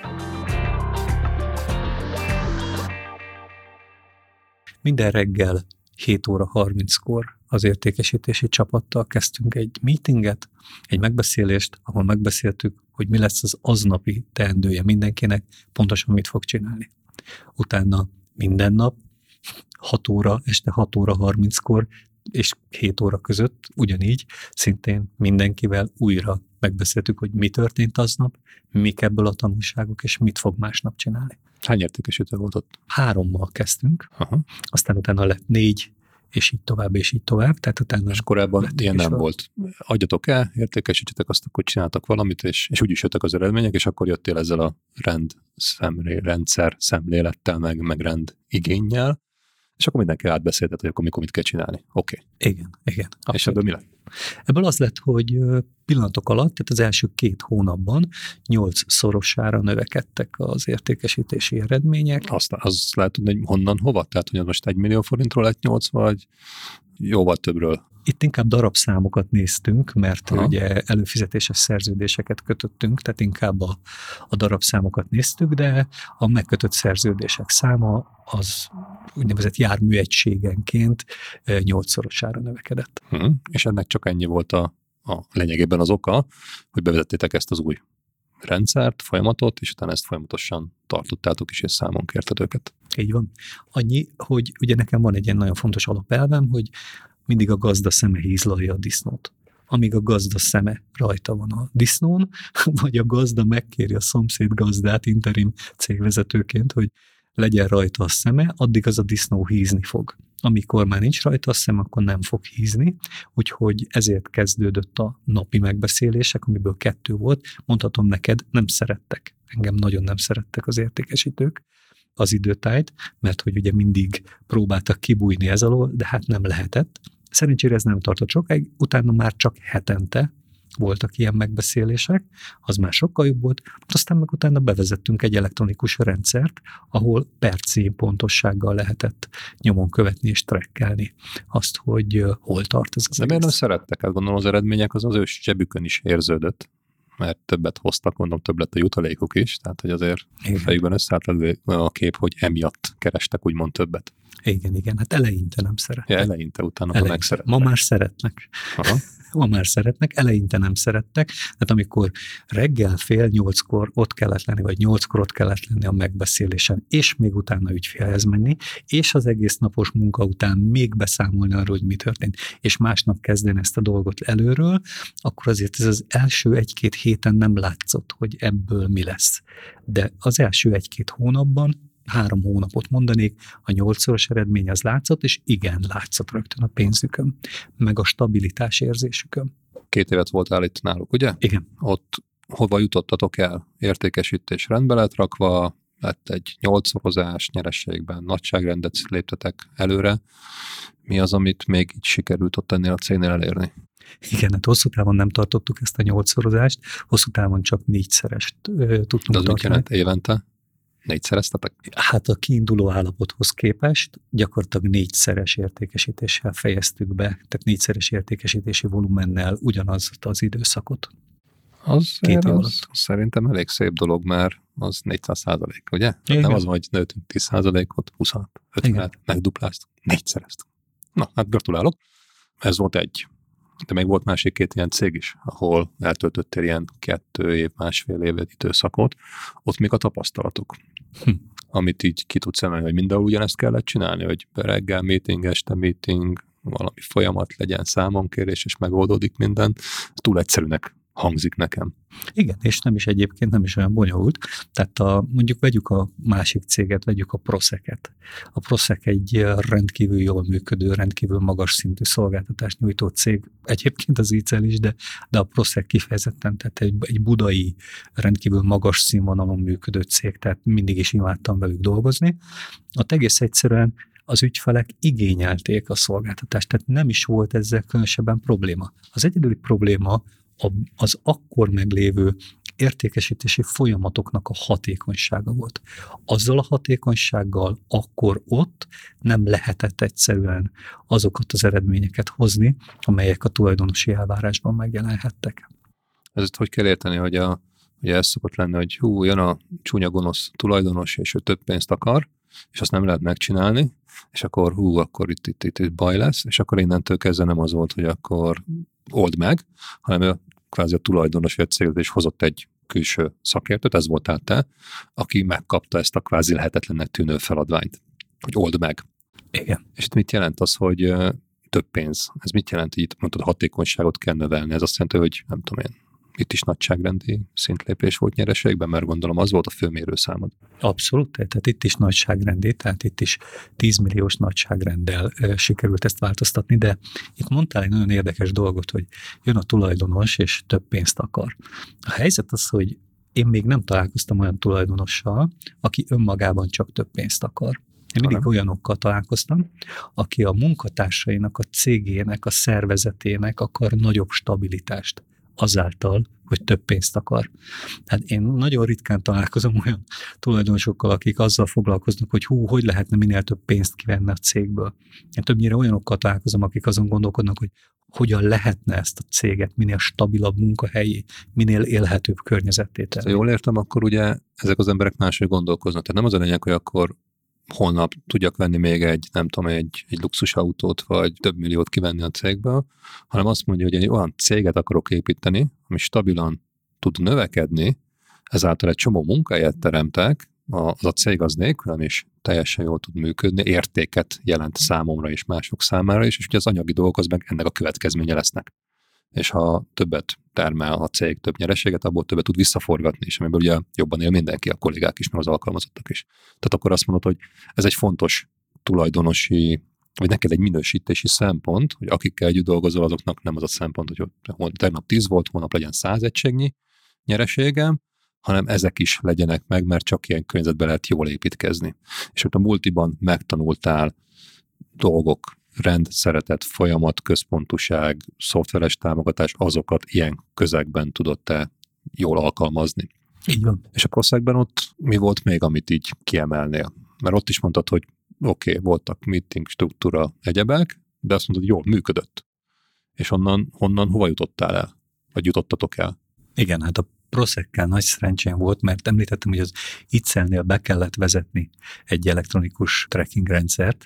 Minden reggel hét óra harminckor az értékesítési csapattal kezdtünk egy meetinget, egy megbeszélést, ahol megbeszéltük, hogy mi lesz az aznapi teendője mindenkinek, pontosan mit fog csinálni. Utána minden nap hat óra, este hat óra harminckor és hét óra között ugyanígy szintén mindenkivel újra megbeszéltük, hogy mi történt aznap, mik ebből a tanulságok, és mit fog másnap csinálni.
Hány értékesítő volt ott?
Hárommal kezdtünk,
Aha.
aztán utána lett négy, és így tovább, és így tovább. Tehát utána
és korábban ilyen nem volt. Adjatok el, értékesítsetek, azt akkor csináltak valamit, és, és úgyis jöttek az eredmények, és akkor jöttél ezzel a rend szemlé, rendszer szemlélettel, meg, meg rend igénnyel, és akkor mindenki átbeszéltet, hogy akkor mikor mit kell csinálni. Oké. Okay.
Igen, igen.
Abszolút. És ebből mi lett?
Ebből az lett, hogy pillanatok alatt, tehát az első két hónapban nyolc szorosára növekedtek az értékesítési eredmények.
Azt, az lehet tudni, hogy honnan, hova? Tehát, hogy most egy millió forintról lett nyolc, vagy jóval többről?
Itt inkább darabszámokat néztünk, mert
Aha.
ugye előfizetéses szerződéseket kötöttünk, tehát inkább a, a darabszámokat néztük, de a megkötött szerződések száma az úgynevezett járműegységenként nyolcszorosára növekedett.
Hmm. És ennek csak ennyi volt a, a lényegében az oka, hogy bevezettétek ezt az új rendszert, folyamatot, és utána ezt folyamatosan tartottátok is, és számon kérted őket.
Így van. Annyi, hogy ugye nekem van egy ilyen nagyon fontos alapelvem, hogy mindig a gazda szeme hízlalja a disznót. Amíg a gazda szeme rajta van a disznón, vagy a gazda megkéri a szomszéd gazdát interim cégvezetőként, hogy legyen rajta a szeme, addig az a disznó hízni fog. Amikor már nincs rajta a szem, akkor nem fog hízni, úgyhogy ezért kezdődött a napi megbeszélések, amiből kettő volt. Mondhatom neked, nem szerettek. Engem nagyon nem szerettek az értékesítők az időtájt, mert hogy ugye mindig próbáltak kibújni ez alól, de hát nem lehetett. Szerencsére ez nem tartott sokáig, utána már csak hetente voltak ilyen megbeszélések, az már sokkal jobb volt, aztán meg utána bevezettünk egy elektronikus rendszert, ahol perci pontossággal lehetett nyomon követni és trekkelni azt, hogy uh, hol tart ez az
De
egész.
miért nem szerettek? Hát gondolom az eredmények az az ő zsebükön is érződött, mert többet hoztak, mondom, több lett a jutalékuk is, tehát hogy azért igen. Fejükben összeállt a kép, hogy emiatt kerestek úgymond többet.
Igen, igen, hát eleinte nem szerettek.
Ja, eleinte, utána
eleinte.
megszerettek.
Ma már szeretnek.
Aha.
Ma már szeretnek, eleinte nem szerettek, tehát amikor reggel fél nyolckor ott kellett lenni, vagy nyolckor ott kellett lenni a megbeszélésen, és még utána ügyfélhez menni, és az egész napos munka után még beszámolni arról, hogy mi történt, és másnap kezdeni ezt a dolgot előről, akkor azért ez az első egy-két héten nem látszott, hogy ebből mi lesz. De az első egy-két hónapban három hónapot mondanék, a nyolcszoros eredmény az látszott, és igen, látszott rögtön a pénzükön, meg a stabilitás érzésükön.
Két évet voltál itt náluk, ugye?
Igen.
Ott hova jutottatok el? Értékesítés rendbe lett rakva, lett egy nyolcszorozás nyerességben, nagyságrendet léptetek előre. Mi az, amit még így sikerült ott ennél a cégnél elérni?
Igen, hát hosszú távon nem tartottuk ezt a nyolcszorozást, hosszú távon csak négyszerest ö, tudtunk
tartani. De az mit jelent évente? Négyszereztetek?
Hát a kiinduló állapothoz képest gyakorlatilag négyszeres értékesítéssel fejeztük be, tehát négyszeres értékesítési volumennel ugyanazt az időszakot.
Az, az szerintem elég szép dolog, mert az négyszáz százalék, ugye? Nem az, hogy nőttünk tíz százalékot, huszonhat, ötvenet, megdupláztuk, négyszereztük. Na, hát gratulálok. Ez volt egy. De még volt másik két ilyen cég is, ahol eltöltöttél ilyen kettő év, másfél év időszakot. Ott még a tapasztalatok, hm. amit így ki tudsz emelni, hogy mindenhol ugyanezt kellett csinálni, hogy reggel meeting, este meeting, valami folyamat legyen, számonkérés, és megoldódik minden. Túl egyszerűnek hangzik nekem.
Igen, és nem is egyébként nem is olyan bonyolult. Tehát a, mondjuk vegyük a másik céget, vegyük a Proszeket. A Proszek egy rendkívül jól működő, rendkívül magas szintű szolgáltatást nyújtó cég. Egyébként az ícel is, de, de a Proszek kifejezetten, tehát egy, egy budai, rendkívül magas színvonalon működő cég, tehát mindig is imádtam velük dolgozni. Ott egész egyszerűen az ügyfelek igényelték a szolgáltatást, tehát nem is volt ezzel különösebben probléma. Az egyedüli probléma az akkor meglévő értékesítési folyamatoknak a hatékonysága volt. Azzal a hatékonysággal akkor ott nem lehetett egyszerűen azokat az eredményeket hozni, amelyek a tulajdonosi elvárásban megjelenhettek.
Ezt hogy kell érteni, hogy a, ugye ez szokott lenni, hogy hú, jön a csúnya gonosz tulajdonos, és ő több pénzt akar, és azt nem lehet megcsinálni, és akkor hú, akkor itt, itt, itt, itt baj lesz, és akkor innentől kezdve nem az volt, hogy akkor old meg, hanem ő kvázi a tulajdonos vagy a céget és hozott egy külső szakértőt, ez voltál te, aki megkapta ezt a kvázi lehetetlennek tűnő feladványt, hogy old meg.
Igen.
És itt mit jelent az, hogy több pénz? Ez mit jelent, hogy itt mondtad, a hatékonyságot kell növelni? Ez azt jelenti, hogy nem tudom én, itt is nagyságrendi szintlépés volt nyereségben, mert gondolom az volt a főmérőszámod.
Abszolút, tehát itt is nagyságrendi, tehát itt is tízmilliós nagyságrenddel e, sikerült ezt változtatni, de itt mondtál egy nagyon érdekes dolgot, hogy jön a tulajdonos, és több pénzt akar. A helyzet az, hogy én még nem találkoztam olyan tulajdonossal, aki önmagában csak több pénzt akar. Én mindig olyanokkal találkoztam, aki a munkatársainak, a cégének, a szervezetének akar nagyobb stabilitást azáltal, hogy több pénzt akar. Hát én nagyon ritkán találkozom olyan tulajdonosokkal, akik azzal foglalkoznak, hogy hú, hogy lehetne minél több pénzt kivenni a cégből. Én többnyire olyanokkal találkozom, akik azon gondolkodnak, hogy hogyan lehetne ezt a céget minél stabilabb munkahelyi, minél élhetőbb környezetté tenni.
Ha jól értem, akkor ugye ezek az emberek máshogy gondolkoznak. Tehát nem az a lényeg, hogy akkor holnap tudjak venni még egy, nem tudom, egy, egy luxusautót, vagy több milliót kivenni a cégből, hanem azt mondja, hogy egy olyan céget akarok építeni, ami stabilan tud növekedni, ezáltal egy csomó munkahelyet teremtek, az a cég az nélkülön is teljesen jól tud működni, értéket jelent számomra és mások számára is, és ugye az anyagi dolgok az meg ennek a következménye lesznek. és ha többet termel a cég, több nyereséget, abból többet tud visszaforgatni is, amiből ugye jobban él mindenki, a kollégák is, meg az alkalmazottak is. Tehát akkor azt mondod, hogy ez egy fontos tulajdonosi, vagy neked egy minősítési szempont, hogy akikkel együtt dolgozol, azoknak nem az a szempont, hogy tegnap tíz volt, holnap legyen száz egységnyi nyereségem, hanem ezek is legyenek meg, mert csak ilyen környezetben lehet jól építkezni. És hogy a multiban megtanultál dolgok, rend, szeretet, folyamat, központúság, szoftveres támogatás, azokat ilyen közegben tudod te jól alkalmazni.
Így van.
És a Proszekben ott mi volt még, amit így kiemelnél? Mert ott is mondtad, hogy oké, okay, voltak meeting, struktúra, egyebek, de azt mondod, jól működött. És onnan, honnan hova jutottál el? Vagy jutottatok el?
Igen, hát a Proszekkel nagy szerencsém volt, mert említettem, hogy az Itzelnél be kellett vezetni egy elektronikus tracking rendszert,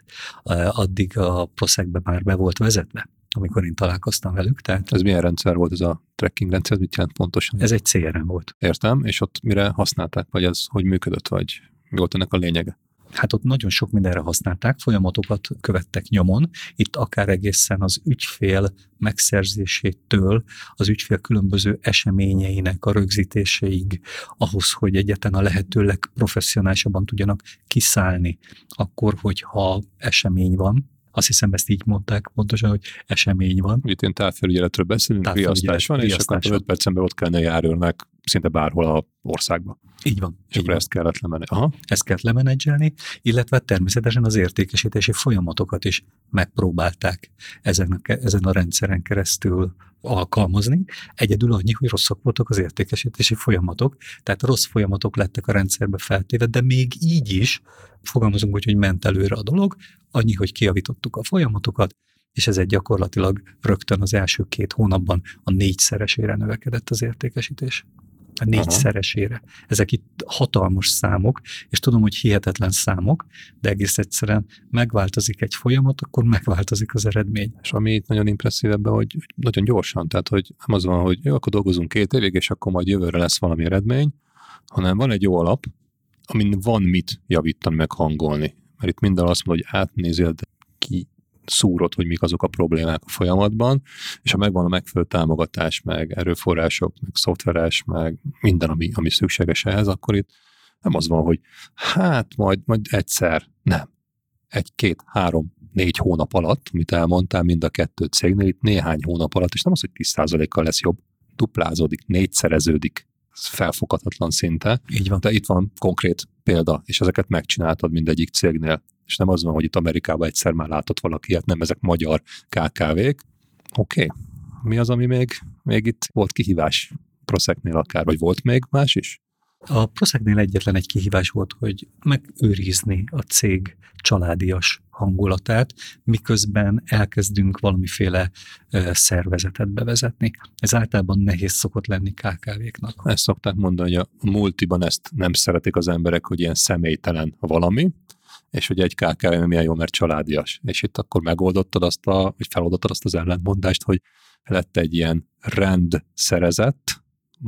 addig a Proszekbe már be volt vezetve, amikor én találkoztam velük. Tehát
ez milyen rendszer volt ez a tracking rendszer? Mit jelent pontosan?
Ez egy cé er em volt.
Értem, és ott mire használták, vagy ez hogy működött, vagy mi volt ennek a lényege?
Hát ott nagyon sok mindenre használták, folyamatokat követtek nyomon, itt akár egészen az ügyfél megszerzésétől, az ügyfél különböző eseményeinek a rögzítéséig, ahhoz, hogy egyáltalán a lehető legprofesszionálisabban tudjanak kiszállni, akkor, hogyha esemény van. Azt hiszem, ezt így mondták pontosan, hogy esemény van.
Itt ilyen távfelügyeletről beszélünk, riasztás van, és akkor öt percen belül ott kellene járőrnek szinte bárhol a országban.
Így van.
És akkor ezt kellett lemenni. Aha.
Ezt kellett lemenedzselni, illetve természetesen az értékesítési folyamatokat is megpróbálták ezen a, ezen a rendszeren keresztül alkalmazni. Egyedül annyi, hogy rosszak voltak az értékesítési folyamatok, tehát rossz folyamatok lettek a rendszerbe feltéve, de még így is fogalmazunk úgy, hogy ment előre a dolog, annyi, hogy kijavítottuk a folyamatokat, és ez egy gyakorlatilag rögtön az első két hónapban a négyszeresére növekedett az értékesítés. A négyszeresére. Ezek itt hatalmas számok, és tudom, hogy hihetetlen számok, de egész egyszerűen megváltozik egy folyamat, akkor megváltozik az eredmény.
És ami itt nagyon impresszív ebben, hogy nagyon gyorsan, tehát hogy nem az van, hogy jó, akkor dolgozunk két évig, és akkor majd jövőre lesz valami eredmény, hanem van egy jó alap, amin van mit javítani, meg hangolni. Mert itt minden azt mondja, hogy átnézél, de ki szúrod, hogy mik azok a problémák a folyamatban, és ha megvan a megfelelő támogatás, meg erőforrások, meg szoftveres, meg minden, ami, ami szükséges ehhez, akkor itt nem az van, hogy hát majd, majd egyszer, nem. Egy, két, három, négy hónap alatt, amit elmondtál mind a kettő cégnél, itt néhány hónap alatt, és nem az, hogy tíz százalékkal lesz jobb, duplázódik, négyszereződik, ez felfoghatatlan szinte.
Így van.
De itt van konkrét példa, és ezeket megcsináltad mindegyik cégnél. És nem az van, hogy itt Amerikában egyszer már látott valaki, hát nem, ezek magyar ká ká vék. Oké, okay. Mi az, ami még, még itt volt kihívás Proszeknél akár, vagy volt még más is?
A Proszeknél egyetlen egy kihívás volt, hogy megőrizni a cég családias hangulatát, miközben elkezdünk valamiféle uh, szervezetet bevezetni. Ez általában nehéz szokott lenni ká ká véknak.
Ezt szokták mondani, hogy a multiban ezt nem szeretik az emberek, hogy ilyen személytelen valami, és ugye egy ká ká vé milyen jó, mert családias. És itt akkor megoldottad azt, a, vagy feloldottad azt az ellentmondást, hogy lett egy ilyen rendszerezett,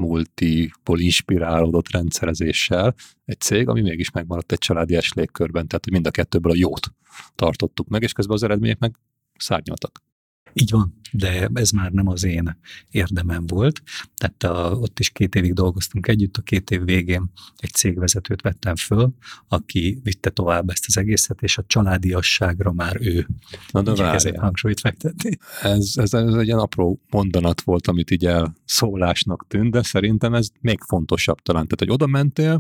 multiból inspirálódott rendszerezéssel egy cég, ami mégis megmaradt egy családias légkörben, tehát mind a kettőből a jót tartottuk meg, és közben az eredmények meg szárnyaltak.
Így van, de ez már nem az én érdemem volt. Tehát a, ott is két évig dolgoztunk együtt, a két év végén egy cégvezetőt vettem föl, aki vitte tovább ezt az egészet, és a családiasságra már ő igyekezett hangsúlyt fektetni.
Ez, ez, ez egy ilyen apró mondanat volt, amit így elszólásnak tűnt, de szerintem ez még fontosabb talán. Tehát, hogy oda mentél,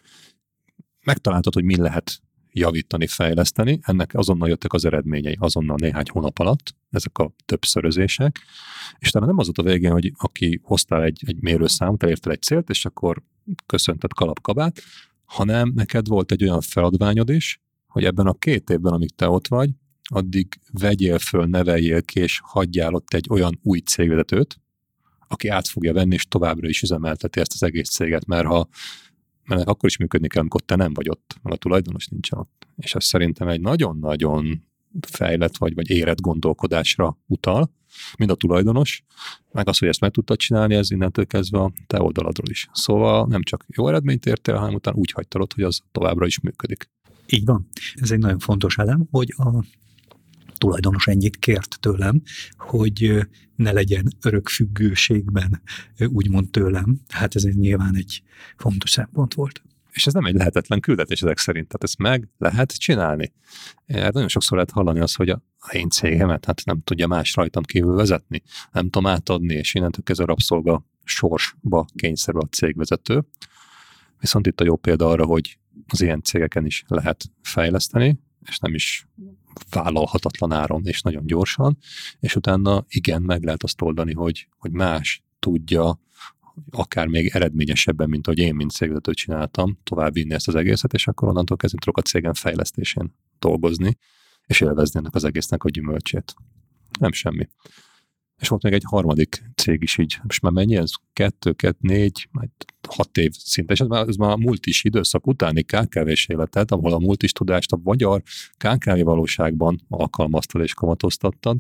megtaláltad, hogy mi lehet javítani, fejleszteni, ennek azonnal jöttek az eredményei, azonnal néhány hónap alatt, ezek a többszörözések, és talán nem az volt a végén, hogy aki hoztál egy, egy mérőszámot, elértél egy célt, és akkor köszöntött kalapkabát, hanem neked volt egy olyan feladványod is, hogy ebben a két évben, amíg te ott vagy, addig vegyél föl, neveljél ki, és hagyjál ott egy olyan új cégvezetőt, aki át fogja venni, és továbbra is üzemelteti ezt az egész céget, mert ha mert akkor is működni kell, amikor te nem vagy ott, mert a tulajdonos nincsen ott. És ez szerintem egy nagyon-nagyon fejlett vagy, vagy érett gondolkodásra utal, mind a tulajdonos, meg az, hogy ezt meg tudtad csinálni, ez innentől kezdve a te oldaladról is. Szóval nem csak jó eredményt értél, hanem utána úgy hagytad ott, hogy az továbbra is működik.
Így van. Ez egy nagyon fontos elem, hogy a tulajdonos ennyit kért tőlem, hogy ne legyen örök függőségben, úgymond tőlem. Hát ez nyilván egy fontos szempont volt.
És ez nem egy lehetetlen küldetés ezek szerint, tehát ezt meg lehet csinálni. Erre nagyon sokszor lehet hallani azt, hogy a én cégemet hát nem tudja más rajtam kívül vezetni, nem tudom átadni, és innentől kezdve rabszolga sorsba kényszerül a cégvezető. Viszont itt a jó példa arra, hogy az ilyen cégeken is lehet fejleszteni, és nem is vállalhatatlan áron, és nagyon gyorsan, és utána igen, meg lehet azt oldani, hogy, hogy más tudja, akár még eredményesebben, mint ahogy én, mint cégvezető csináltam, továbbvinni ezt az egészet, és akkor onnantól kezdve tudok a cégem fejlesztésén dolgozni, és élvezni ennek az egésznek a gyümölcsét. Nem semmi. És volt még egy harmadik cég is így, most már mennyi ez? Kettő, kettő, négy, majd hat év szinte, és ez már, ez már a multis időszak utáni ká ká vés életet, ahol a multis tudást a magyar ká ká vé valóságban alkalmaztad és kamatoztattad.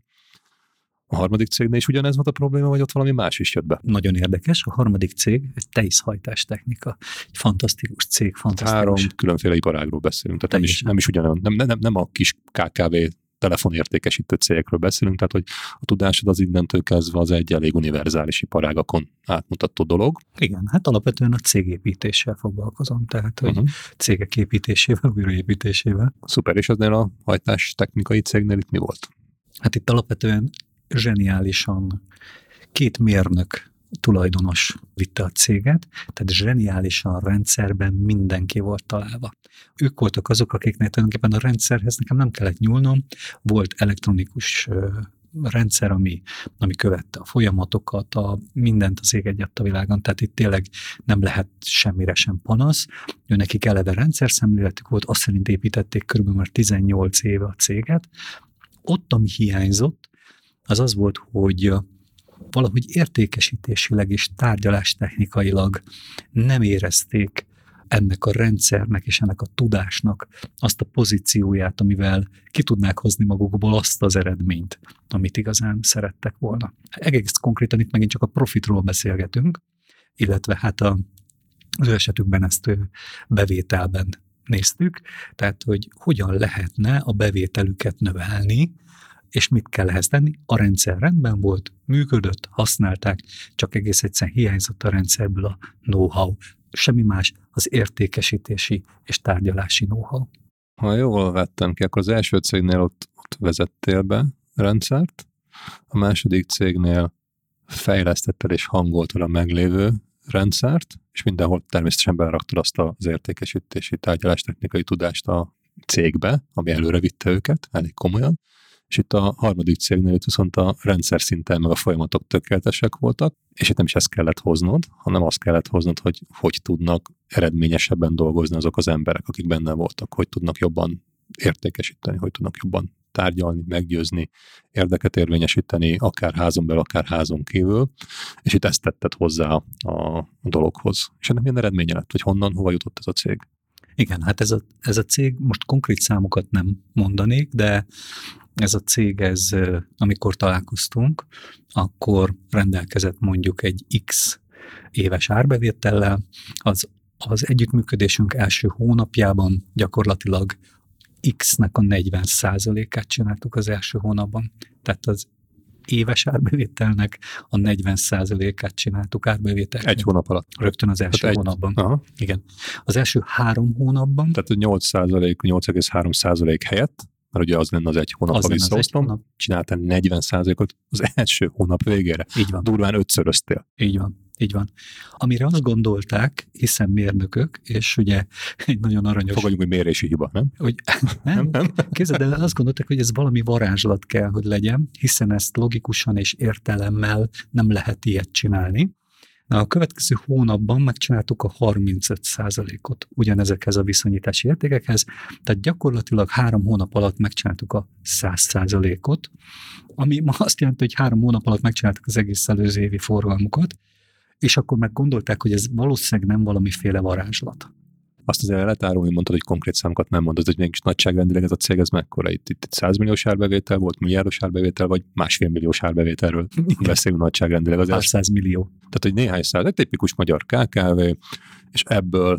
A harmadik cégnél is ugyanez volt a probléma, vagy ott valami más is jött be?
Nagyon érdekes, a harmadik cég egy tejszhajtás technika. Egy fantasztikus cég, fantasztikus.
Három különféle iparágról beszélünk, tehát nem is, nem is ugyanolyan, nem, nem, nem a kis ká ká vé telefonértékesítő cégekről beszélünk, tehát hogy a tudásod az innentől kezdve az egy elég univerzális iparágakon átmutató dolog.
Igen, hát alapvetően a cégépítéssel foglalkozom, tehát hogy uh-huh. cégek építésével, újraépítésével.
Szuper, és eznél a hajtás technikai cégnél itt mi volt?
Hát itt alapvetően zseniálisan két mérnök tulajdonos vitte a céget, tehát zseniálisan rendszerben mindenki volt találva. Ők voltak azok, akiknek tulajdonképpen a rendszerhez nekem nem kellett nyúlnom, volt elektronikus rendszer, ami, ami követte a folyamatokat, a, mindent az ég egyatt a világon, tehát itt tényleg nem lehet semmire sem panasz. Ő nekik eleve rendszerszemléletük volt, azt szerint építették körülbelül már tizennyolc éve a céget. Ott, ami hiányzott, az az volt, hogy valahogy értékesítésileg és tárgyalástechnikailag nem érezték ennek a rendszernek és ennek a tudásnak azt a pozícióját, amivel ki tudnák hozni magukból azt az eredményt, amit igazán szerettek volna. Egész konkrétan itt megint csak a profitról beszélgetünk, illetve hát a, az ő esetükben ezt bevételben néztük, tehát hogy hogyan lehetne a bevételüket növelni, és mit kell ehhez tenni? A rendszer rendben volt, működött, használták, csak egész egyszerűen hiányzott a rendszerből a know-how. Semmi más, az értékesítési és tárgyalási know-how.
Ha jól vettem ki, akkor az első cégnél ott, ott vezettél be rendszert, a második cégnél fejlesztetted és hangoltad a meglévő rendszert, és mindenhol természetesen beleraktad azt az értékesítési tárgyalástechnikai tudást a cégbe, ami előre vitte őket, elég komolyan. És itt a harmadik cégnél itt viszont a rendszer szinten meg a folyamatok tökéletesek voltak, és itt nem is ezt kellett hoznod, hanem azt kellett hoznod, hogy hogy tudnak eredményesebben dolgozni azok az emberek, akik benne voltak, hogy tudnak jobban értékesíteni, hogy tudnak jobban tárgyalni, meggyőzni, érdeket érvényesíteni, akár házon belül, akár házon kívül, és itt ezt tetted hozzá a, a dologhoz. És ennek milyen eredménye lett, hogy honnan, hova jutott ez a cég?
Igen, hát ez a, ez a cég, most konkrét számokat nem mondanék, de ez a cég, ez, amikor találkoztunk, akkor rendelkezett mondjuk egy X éves árbevétellel, az, az együttműködésünk első hónapjában gyakorlatilag X-nek a negyven százalékát csináltuk az első hónapban. Tehát az éves árbevételnek a negyven százalékát csináltuk árbevételként.
Egy hónap alatt.
Rögtön az első
egy,
hónapban.
Aha.
Igen. Az első három hónapban.
Tehát a nyolc százalék, nyolc egész három százalék helyett, mert ugye az lenne az egy hónapba visszahoztam, hónap. Csináltál negyven százalékot az első hónap végére.
Így van.
Durván ötszöröztél.
Így van. Így van. Amire azt gondolták, hiszen mérnökök, és ugye egy nagyon aranyos...
Fogadjunk, hogy mérési hiba, nem?
Hogy, nem, nem? Képzeld, de azt gondolták, hogy ez valami varázslat kell, hogy legyen, hiszen ezt logikusan és értelemmel nem lehet ilyet csinálni. Na, a következő hónapban megcsináltuk a harmincöt százalékot ugyanezekhez a viszonyítási értékekhez, tehát gyakorlatilag három hónap alatt megcsináltuk a száz százalékot, ami ma azt jelenti, hogy három hónap alatt megcsináltuk az egész előző évi forgalmukat, és akkor meg gondolták, hogy ez valószínűleg nem valamiféle varázslat.
Azt azért el lehet árulni, mondtad, hogy konkrét számokat nem mondod, hogy mégis nagyságrendileg ez a cég, ez mekkora? Itt, itt száz milliós árbevétel volt, milliárdos árbevétel, vagy másfél milliós árbevételről beszélünk nagyságrendileg.
Pár száz millió.
Tehát, hogy néhány száz, egy tipikus magyar ká ká vé, és ebből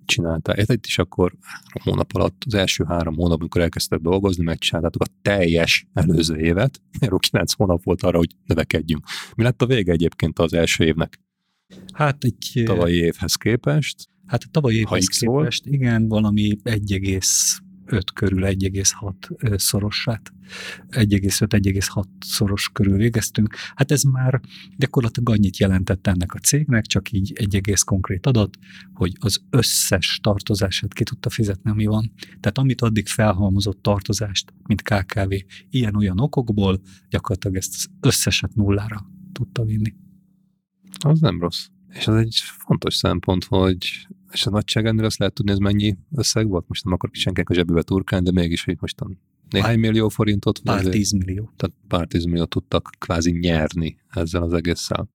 csináltál. Itt is akkor három hónap alatt, az első három hónap, amikor elkezdtek dolgozni, megcsináltátok a teljes előző évet. Erről kilenc hónap volt arra, hogy növekedjünk. Mi lett a vége egyébként az első évnek?
Hát egy...
Tavalyi évhez képest?
Hát a tavalyi évhez képest, igen, valami egy egész öt körül, egy egész hat szorosát, egy egész öt egy egész hat szoros körül végeztünk. Hát ez már gyakorlatilag annyit jelentett ennek a cégnek, csak így egy egész konkrét adat, hogy az összes tartozását ki tudta fizetni, ami van. Tehát amit addig felhalmozott tartozást, mint ká ká vé, ilyen-olyan okokból, gyakorlatilag ezt az összeset nullára tudta vinni.
Az nem rossz. És az egy fontos szempont, hogy és a nagyságrendről azt lehet tudni, ez mennyi összeg volt? Most nem akarok senkinek a zsebébe turkálni, de mégis, hogy mostan néhány millió forintot.
Pár tízmillió.
Tehát pár tízmilliót tudtak kvázi nyerni ezzel az egésszel.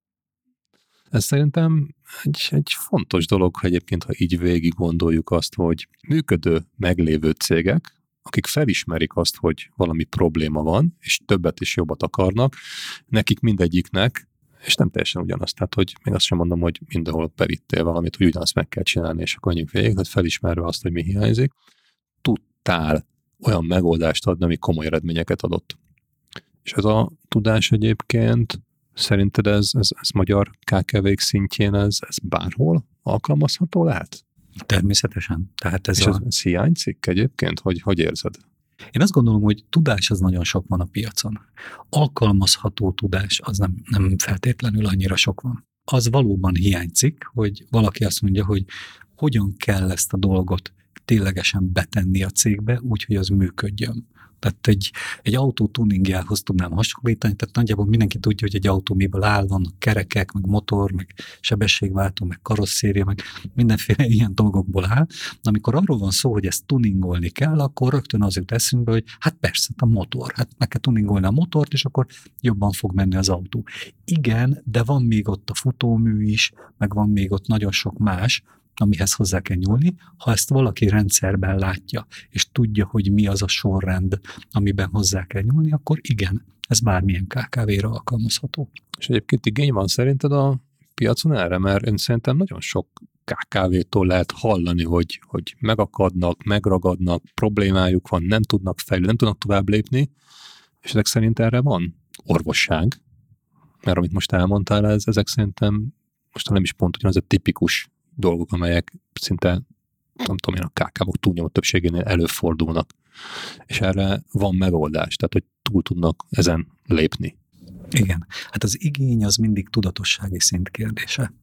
Ez szerintem egy, egy fontos dolog, ha egyébként, ha így végig gondoljuk azt, hogy működő, meglévő cégek, akik felismerik azt, hogy valami probléma van, és többet és jobbat akarnak, nekik mindegyiknek, és nem teljesen ugyanaz, tehát hogy még azt sem mondom, hogy mindenhol períttél valamit, hogy ugyanazt meg kell csinálni, és akkor menjünk végig, hogy felismerve azt, hogy mi hiányzik, tudtál olyan megoldást adni, ami komoly eredményeket adott. És ez a tudás egyébként, szerinted ez, ez, ez magyar ká ká vék szintjén, ez, ez bárhol alkalmazható lehet?
Természetesen. Tehát ez
és
a...
ez, ez hiányzik egyébként? Hogy, hogy érzed?
Én azt gondolom, hogy tudás az nagyon sok van a piacon. Alkalmazható tudás az nem, nem feltétlenül annyira sok van. Az valóban hiányzik, hogy valaki azt mondja, hogy hogyan kell ezt a dolgot ténylegesen betenni a cégbe, úgy, hogy az működjön. Tehát egy, egy autó tuningjához tudnám hasonlítani, tehát nagyjából mindenki tudja, hogy egy autó miből áll, vannak kerekek, meg motor, meg sebességváltó, meg karosszéria, meg mindenféle ilyen dolgokból áll. De amikor arról van szó, hogy ezt tuningolni kell, akkor rögtön az jut eszünkbe, hogy hát persze, a motor, hát meg kell tuningolni a motort, és akkor jobban fog menni az autó. Igen, de van még ott a futómű is, meg van még ott nagyon sok más, amihez hozzá kell nyúlni. Ha ezt valaki rendszerben látja, és tudja, hogy mi az a sorrend, amiben hozzá kell nyúlni, akkor igen, ez bármilyen ká ká vé-ra alkalmazható.
És egyébként igény van szerinted a piacon erre? Mert én szerintem nagyon sok ká ká vé-tól lehet hallani, hogy, hogy megakadnak, megragadnak, problémájuk van, nem tudnak fejlődni, nem tudnak tovább lépni, és ezek szerint erre van orvosság, mert amit most elmondtál, ez, ezek szerintem most nem is pont ugyanaz a tipikus dolgok, amelyek szinte, nem tudom én, a ká ká vé-k túlnyomó többségénél előfordulnak. És erre van megoldás, tehát hogy túl tudnak ezen lépni.
Igen. Hát az igény az mindig tudatossági szint kérdése.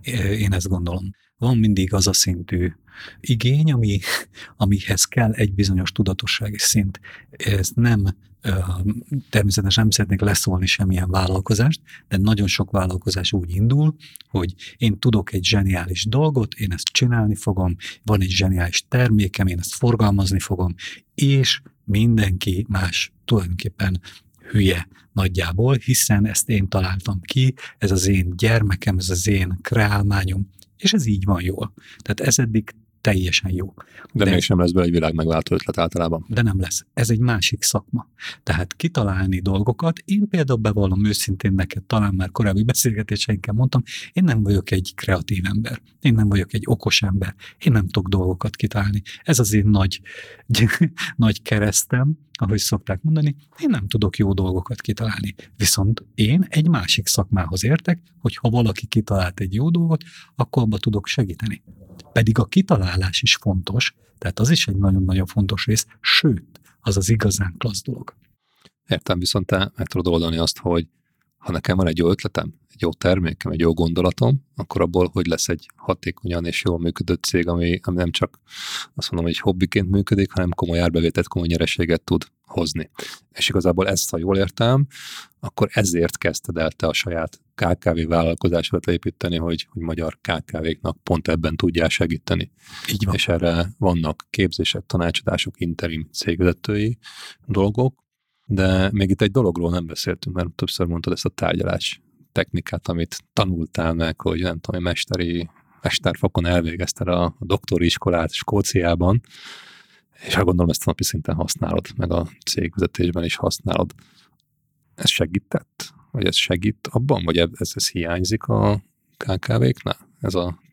Én ezt gondolom. Van mindig az a szintű igény, ami, amihez kell egy bizonyos tudatossági szint. Ez nem természetesen nem szeretnék leszólni semmilyen vállalkozást, de nagyon sok vállalkozás úgy indul, hogy én tudok egy zseniális dolgot, én ezt csinálni fogom, van egy zseniális termékem, én ezt forgalmazni fogom, és mindenki más tulajdonképpen hülye nagyjából, hiszen ezt én találtam ki, ez az én gyermekem, ez az én kreálmányom, és ez így van jól. Tehát ez eddig teljesen jó.
De, de mégsem lesz belőle egy világ megváltó ötlet általában.
De nem lesz. Ez egy másik szakma. Tehát kitalálni dolgokat, én például bevallom őszintén neked, talán már korábbi beszélgetéseinkkel mondtam, én nem vagyok egy kreatív ember. Én nem vagyok egy okos ember. Én nem tudok dolgokat kitalálni. Ez az én nagy, nagy keresztem, ahogy szokták mondani, én nem tudok jó dolgokat kitalálni. Viszont én egy másik szakmához értek, hogy ha valaki kitalált egy jó dolgot, akkor abba tudok segíteni. Pedig a kitalálás is fontos, tehát az is egy nagyon-nagyon fontos rész, sőt, az az igazán klassz dolog.
Értem, viszont te meg tudod oldani azt, hogy ha nekem van egy jó ötletem, egy jó termékem, egy jó gondolatom, akkor abból hogy lesz egy hatékonyan és jól működő cég, ami, ami nem csak azt mondom, hogy hobbiként működik, hanem komoly árbevételt, komoly nyereséget tud hozni. És igazából ezt, ha jól értem, akkor ezért kezdted el te a saját ká ká vé vállalkozásodat építeni, hogy, hogy magyar ká ká véknak pont ebben tudjál segíteni.
Így van.
És erre vannak képzések, tanácsadások, interim cégvezetői dolgok, de még itt egy dologról nem beszéltünk, mert többször mondtad ezt a tárgyalás technikát, amit tanultál meg, hogy nem tudom, mesteri, mesterfokon elvégezted a doktori iskolát Skóciában, és ha gondolom ezt a napi szinten használod, meg a cégvezetésben is használod. Ez segített? Vagy ez segít abban? Vagy ez, ez hiányzik a ká ká véknál? Ez a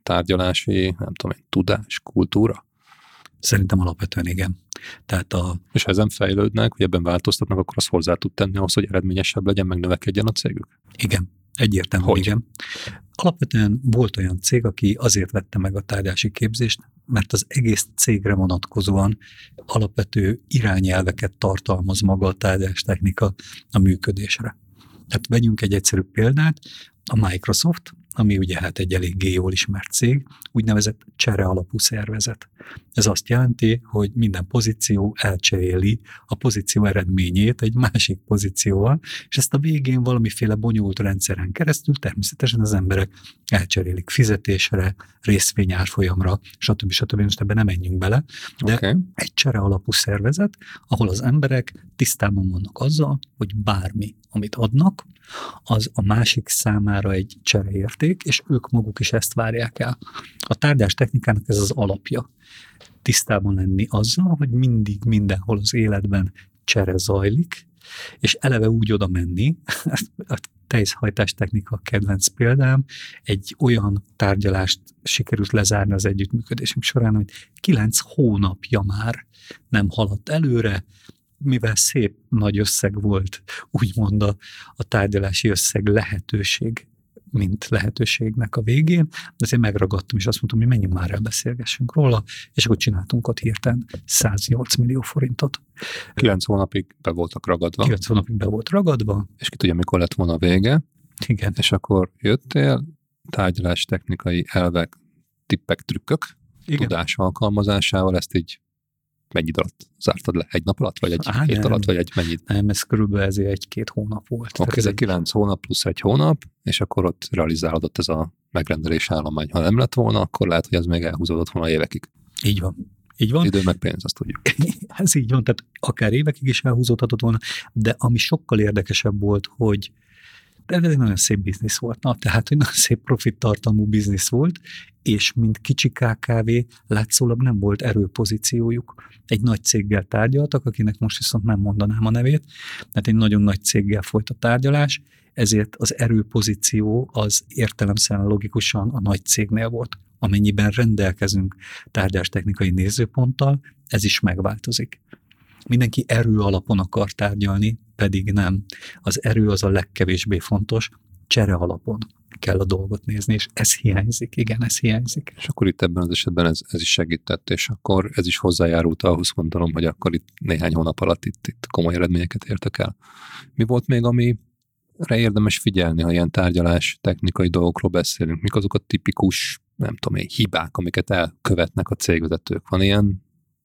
tárgyalási, nem tudom, egy tudás, kultúra?
Szerintem alapvetően igen. Tehát a...
És ha ezen fejlődnek, hogy ebben változtatnak, akkor azt hozzá tud tenni ahhoz, hogy eredményesebb legyen, meg növekedjen a cégük?
Igen, egyértelműen
hogy?
igen. Alapvetően volt olyan cég, aki azért vette meg a tárgyalási képzést, mert az egész cégre vonatkozóan alapvető irányelveket tartalmaz maga a tárgyalástechnika a működésre. Tehát vegyünk egy egyszerű példát, a Microsoft, ami ugye hát egy eléggé jól ismert cég, úgynevezett csere alapú szervezet. Ez azt jelenti, hogy minden pozíció elcseréli a pozíció eredményét egy másik pozícióval, és ezt a végén valamiféle bonyolult rendszeren keresztül természetesen az emberek elcserélik fizetésre, részvényárfolyamra, stb. stb. Most ebben nem menjünk bele, de okay. Egy csere alapú szervezet, ahol az emberek tisztában vannak azzal, hogy bármi, amit adnak, az a másik számára egy csereérték, és ők maguk is ezt várják el. A tárgyalástechnikának ez az alapja. Tisztában lenni azzal, hogy mindig mindenhol az életben csere zajlik, és eleve úgy oda menni, a tejszhajtástechnika a kedvenc példám, egy olyan tárgyalást sikerült lezárni az együttműködésünk során, hogy kilenc hónapja már nem haladt előre, mivel szép nagy összeg volt, úgymond a, a tárgyalási összeg lehetőség, mint lehetőségnek a végén, de azért megragadtam, és azt mondtam, hogy menjünk már el, beszélgessünk róla, és akkor csináltunk ott hirtelen száznyolc millió forintot.
Kilenc hónapig be voltak ragadva.
Kilenc hónapig be volt ragadva.
És ki tudja, mikor lett volna a vége.
Igen.
És akkor jöttél, tárgyalástechnikai elvek, tippek, trükkök, igen. Tudás alkalmazásával, ezt így mennyi alatt zártad le? Egy nap alatt, vagy egy Á, hét nem, alatt, vagy egy mennyit?
Nem, ez körülbelül ezért egy-két hónap volt.
Oké, ez egy kilenc hónap plusz egy hónap, és akkor ott realizálódott ez a megrendelés állomány. Ha nem lett volna, akkor lehet, hogy ez még elhúzódott volna évekig.
Így van. Így van.
Idő meg pénz, azt tudjuk.
Ez így van, tehát akár évekig is elhúzódhatott volna, de ami sokkal érdekesebb volt, hogy de ez egy nagyon szép biznisz volt. Na, tehát, hogy nagyon szép profittartalmú biznisz volt, és mint kicsi ká ká vé látszólag nem volt erőpozíciójuk. Egy nagy céggel tárgyaltak, akinek most viszont nem mondanám a nevét, tehát egy nagyon nagy céggel folyt a tárgyalás, ezért az erőpozíció az értelemszerűen logikusan a nagy cégnél volt. Amennyiben rendelkezünk tárgyalástechnikai nézőponttal, ez is megváltozik. Mindenki erő alapon akar tárgyalni, pedig nem. Az erő az a legkevésbé fontos, csere alapon kell a dolgot nézni, és ez hiányzik, igen, ez hiányzik.
És akkor itt ebben az esetben ez, ez is segített, és akkor ez is hozzájárult ahhoz, gondolom, hogy akkor itt néhány hónap alatt itt, itt komoly eredményeket értek el. Mi volt még, amire érdemes figyelni, ha ilyen tárgyalás technikai dolgokról beszélünk? Mik azok a tipikus, nem tudom én, hibák, amiket elkövetnek a cégvezetők? Van ilyen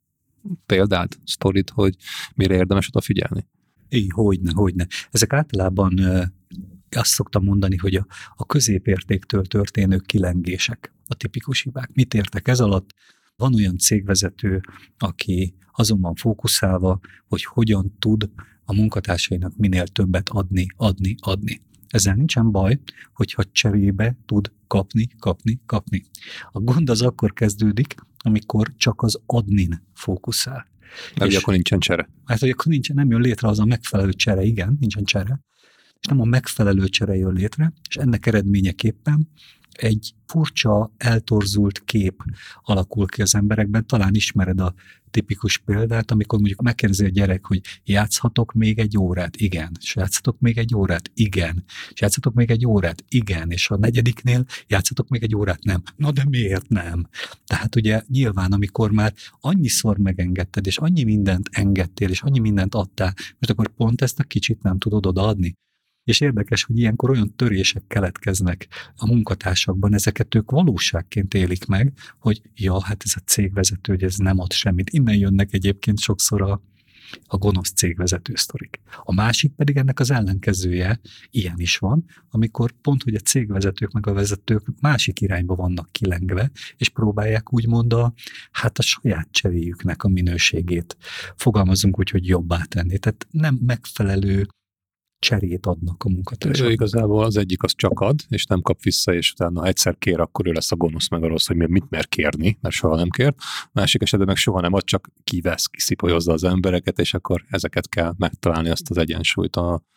példád, sztorid, hogy mire érdemes odafigyelni?
Így, hogyne, hogyne. Ezek általában ö, azt szoktam mondani, hogy a, a középértéktől történő kilengések a tipikus hibák. Mit értek ez alatt? Van olyan cégvezető, aki azon van fókuszálva, hogy hogyan tud a munkatársainak minél többet adni, adni, adni. Ezzel nincsen baj, hogyha cserébe tud kapni, kapni, kapni. A gond az akkor kezdődik, amikor csak az adnin fókuszál.
Mert akkor nincsen csere.
Hát, hogy akkor nincsen, nem jön létre az a megfelelő csere, igen, nincsen csere, és nem a megfelelő csere jön létre, és ennek eredményeképpen egy furcsa, eltorzult kép alakul ki az emberekben. Talán ismered a tipikus példát, amikor mondjuk megkérdezi a gyerek, hogy játszhatok még egy órát? Igen. És játszhatok még egy órát? Igen. És játszhatok még egy órát? Igen. És a negyediknél játszhatok még egy órát? Nem. Na de miért nem? Tehát ugye nyilván, amikor már annyiszor megengedted, és annyi mindent engedtél, és annyi mindent adtál, most akkor pont ezt a kicsit nem tudod odaadni. És érdekes, hogy ilyenkor olyan törések keletkeznek a munkatársakban, ezeket ők valóságként élik meg, hogy ja, hát ez a cégvezető, hogy ez nem ad semmit. Innen jönnek egyébként sokszor a, a gonosz cégvezető sztorik. A másik pedig ennek az ellenkezője, ilyen is van, amikor pont, hogy a cégvezetők meg a vezetők másik irányba vannak kilengve, és próbálják úgymond a, hát a saját cseréjüknek a minőségét fogalmazunk úgy, hogy jobbá tenni. Tehát nem megfelelő cserét adnak a munkatársaknak.
Igazából az egyik az csak ad, és nem kap vissza, és utána egyszer kér, akkor ő lesz a gonosz meg a rossz, hogy mit mer kérni, mert soha nem kér. Másik esetben meg soha nem ad, csak kivesz, kiszipolyozza az embereket, és akkor ezeket kell megtalálni, azt az egyensúlyt a,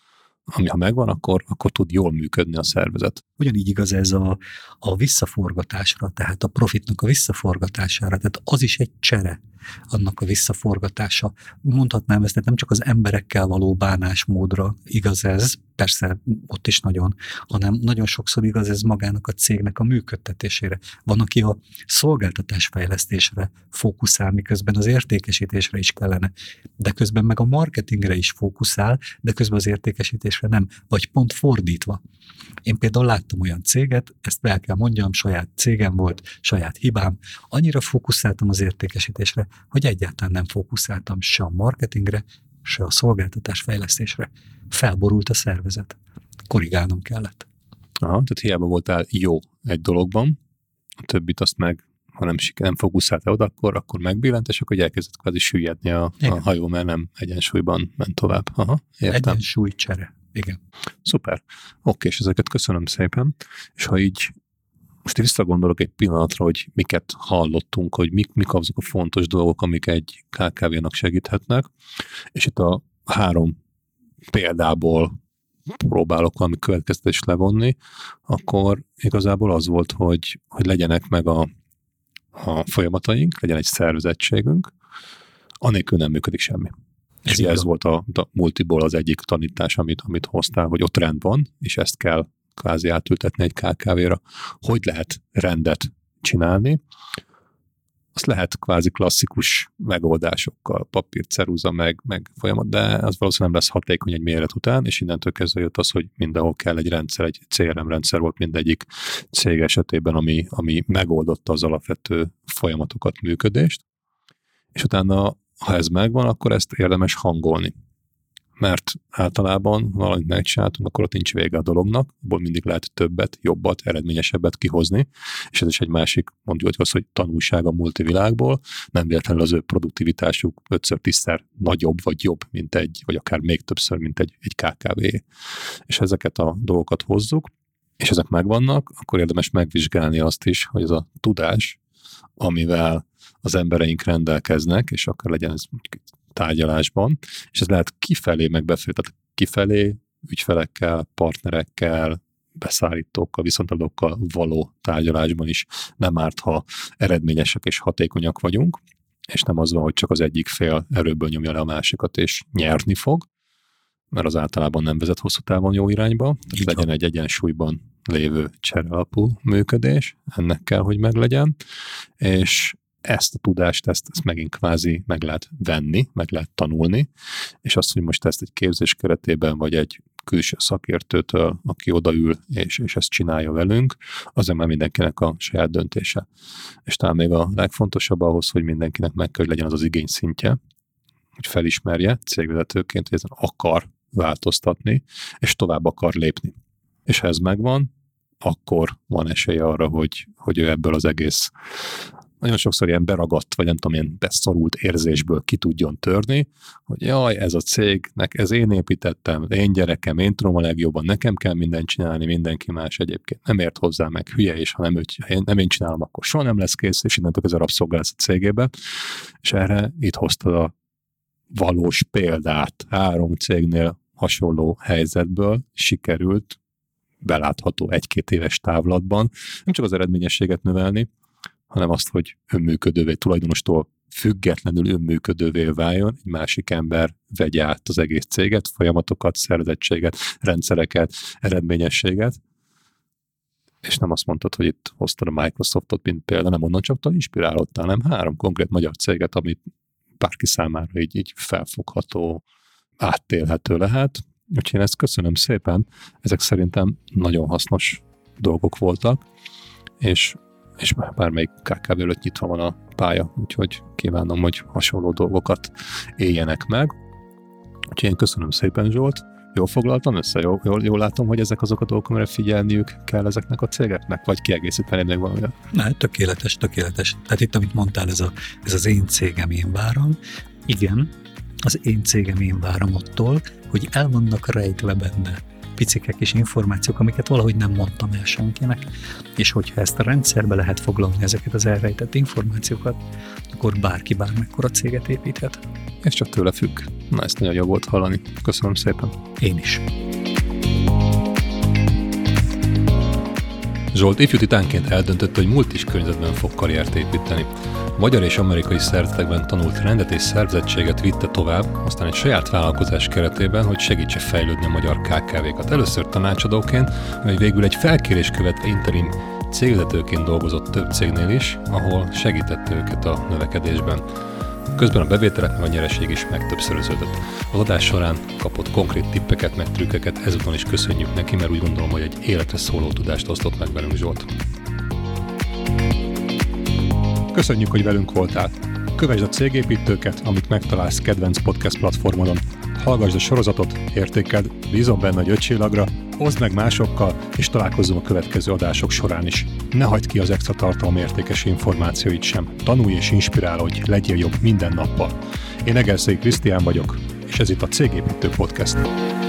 ami ha megvan, akkor, akkor tud jól működni a szervezet.
Ugyanígy igaz ez a, a visszaforgatásra, tehát a profitnak a visszaforgatására, tehát az is egy csere, annak a visszaforgatása. Mondhatnám ezt, tehát nem csak az emberekkel való bánásmódra igaz ez, persze ott is nagyon, hanem nagyon sokszor igaz ez magának a cégnek a működtetésére. Van, aki a szolgáltatásfejlesztésre fókuszál, miközben az értékesítésre is kellene, de közben meg a marketingre is fókuszál, de közben az értékesítésre nem, vagy pont fordítva. Én például láttam olyan céget, ezt el kell mondjam, saját cégem volt, saját hibám, annyira fókuszáltam az értékesítésre, hogy egyáltalán nem fókuszáltam se a marketingre, se a szolgáltatásfejlesztésre. Felborult a szervezet. Korrigálnom kellett.
Aha, tehát hiába voltál jó egy dologban, a többit azt meg, ha nem, nem fókuszáltál oda, akkor, akkor megbillent, és akkor elkezdett kvázi süllyedni a, a hajó, mert nem egyensúlyban ment tovább. Aha, értem.
Egyensúlycsere. Igen.
Szuper. Oké, és ezeket köszönöm szépen. És ha így most visszagondolok egy pillanatra, hogy miket hallottunk, hogy mik, mik azok a fontos dolgok, amik egy ká ká vé-nak segíthetnek, és itt a három példából próbálok valami következtetést levonni, akkor igazából az volt, hogy, hogy legyenek meg a, a folyamataink, legyen egy szervezettségünk, anélkül nem működik semmi. Ez, ez volt a, a multiból az egyik tanítás, amit, amit hoztál, hogy ott rend van, és ezt kell kvázi átültetni egy ká ká vé-ra. Hogy lehet rendet csinálni? Azt lehet kvázi klasszikus megoldásokkal, papír, ceruza, meg, meg folyamat, de az valószínűleg nem lesz hatékony egy méret után, és innentől kezdve jött az, hogy mindenhol kell egy rendszer, egy cé er em rendszer volt mindegyik cég esetében, ami, ami megoldotta az alapvető folyamatokat, működést, és utána, ha ez megvan, akkor ezt érdemes hangolni. Mert általában valamit megcsináltunk, akkor ott nincs vége a dolognak, abból mindig lehet többet, jobbat, eredményesebbet kihozni, és ez is egy másik, mondjuk az, hogy tanulság a multivilágból, nem véletlenül az ő produktivitásuk ötször, tízszer nagyobb, vagy jobb, mint egy, vagy akár még többször, mint egy, egy ká ká vé. És ezeket a dolgokat hozzuk, és ezek megvannak, akkor érdemes megvizsgálni azt is, hogy ez a tudás, amivel az embereink rendelkeznek, és akár legyen ez tárgyalásban, és ez lehet kifelé megbefelé, tehát kifelé ügyfelekkel, partnerekkel, beszállítókkal, viszontalókkal való tárgyalásban is nem árt, ha eredményesek és hatékonyak vagyunk, és nem az van, hogy csak az egyik fél erőből nyomja le a másikat, és nyerni fog, mert az általában nem vezet hosszú távon jó irányba, tehát legyen egy egyensúlyban lévő cserealapú működés, ennek kell, hogy meglegyen, és ezt a tudást, ezt, ezt megint kvázi meg lehet venni, meg lehet tanulni, és azt, hogy most ezt egy képzés keretében, vagy egy külső szakértőtől, aki odaül, és, és ezt csinálja velünk, azért már mindenkinek a saját döntése. És talán még a legfontosabb ahhoz, hogy mindenkinek meg kell, hogy legyen az az igényszintje, hogy felismerje cégvezetőként, hogy ezen akar változtatni, és tovább akar lépni. És ha ez megvan, akkor van esélye arra, hogy, hogy ő ebből az egész nagyon sokszor ilyen beragadt, vagy nem tudom, ilyen beszorult érzésből ki tudjon törni, hogy jaj, ez a cégnek, ez én építettem, én gyerekem, én tudom a legjobban, nekem kell mindent csinálni, mindenki más egyébként nem ért hozzá, meg hülye, és ha nem, ő, ha nem én csinálom, akkor soha nem lesz kész, és innentől ez a rabszolga lesz a cégébe. És erre itt hoztad a valós példát. Három cégnél hasonló helyzetből sikerült belátható egy-két éves távlatban nem csak az eredményességet növelni, hanem azt, hogy önműködővé, tulajdonostól függetlenül önműködővé váljon, egy másik ember vegye át az egész céget, folyamatokat, szervezettséget, rendszereket, eredményességet, és nem azt mondtad, hogy itt hoztad a Microsoftot, mint példa, nem onnan csak inspirálódtál, nem három konkrét magyar céget, amit bárki számára így, így felfogható, áttélhető lehet. Úgyhogy én ezt köszönöm szépen, ezek szerintem nagyon hasznos dolgok voltak, és és bármelyik ká ká vé előtt nyitva van a pálya, úgyhogy kívánom, hogy hasonló dolgokat éljenek meg. Úgyhogy én köszönöm szépen, Zsolt. Jól foglaltam össze? Jól, jól, jól látom, hogy ezek azok a dolgok, amire figyelniük kell ezeknek a cégeknek? Vagy kiegészíteni még valamilyen?
Na, tökéletes, tökéletes. Tehát itt, amit mondtál, ez, a, ez az én cégem, én várom. Igen, az én cégem, én várom attól, hogy el vannak rejtve benne picikek és információk, amiket valahogy nem mondtam el senkinek, és hogyha ezt a rendszerbe lehet foglalni ezeket az elrejtett információkat, akkor bárki bármekkora céget építhet.
Ez csak tőle függ. Na, ezt nagyon jó volt hallani. Köszönöm szépen.
Én is.
Zsolt ifjú titánként eldöntötte, hogy multis környezetben fog karriert építeni. A magyar és amerikai szervezetekben tanult rendet és szervezettséget vitte tovább, aztán egy saját vállalkozás keretében, hogy segítse fejlődni a magyar ká ká vékat. Először tanácsadóként, majd végül egy felkérés követve interim cégvezetőként dolgozott több cégnél is, ahol segítette őket a növekedésben. Közben a bevételek meg a nyereség is megtöbbszöröződött. Az adás során kapott konkrét tippeket, meg trükkeket, ezúton is köszönjük neki, mert úgy gondolom, hogy egy életre szóló tudást osztott meg velünk Zsolt. Köszönjük, hogy velünk voltál. Kövesd a Cégépítőket, amit megtalálsz kedvenc podcast platformodon. Hallgasd a sorozatot, értékeld, bízom benne, hogy öt csillagra, oszd meg másokkal, és találkozzunk a következő adások során is. Ne hagyd ki az extra tartalom értékes információit sem. Tanulj és inspirálódj, legyél jobb minden nappal. Én Egerszegi Krisztián vagyok, és ez itt a Cégépítő Podcast.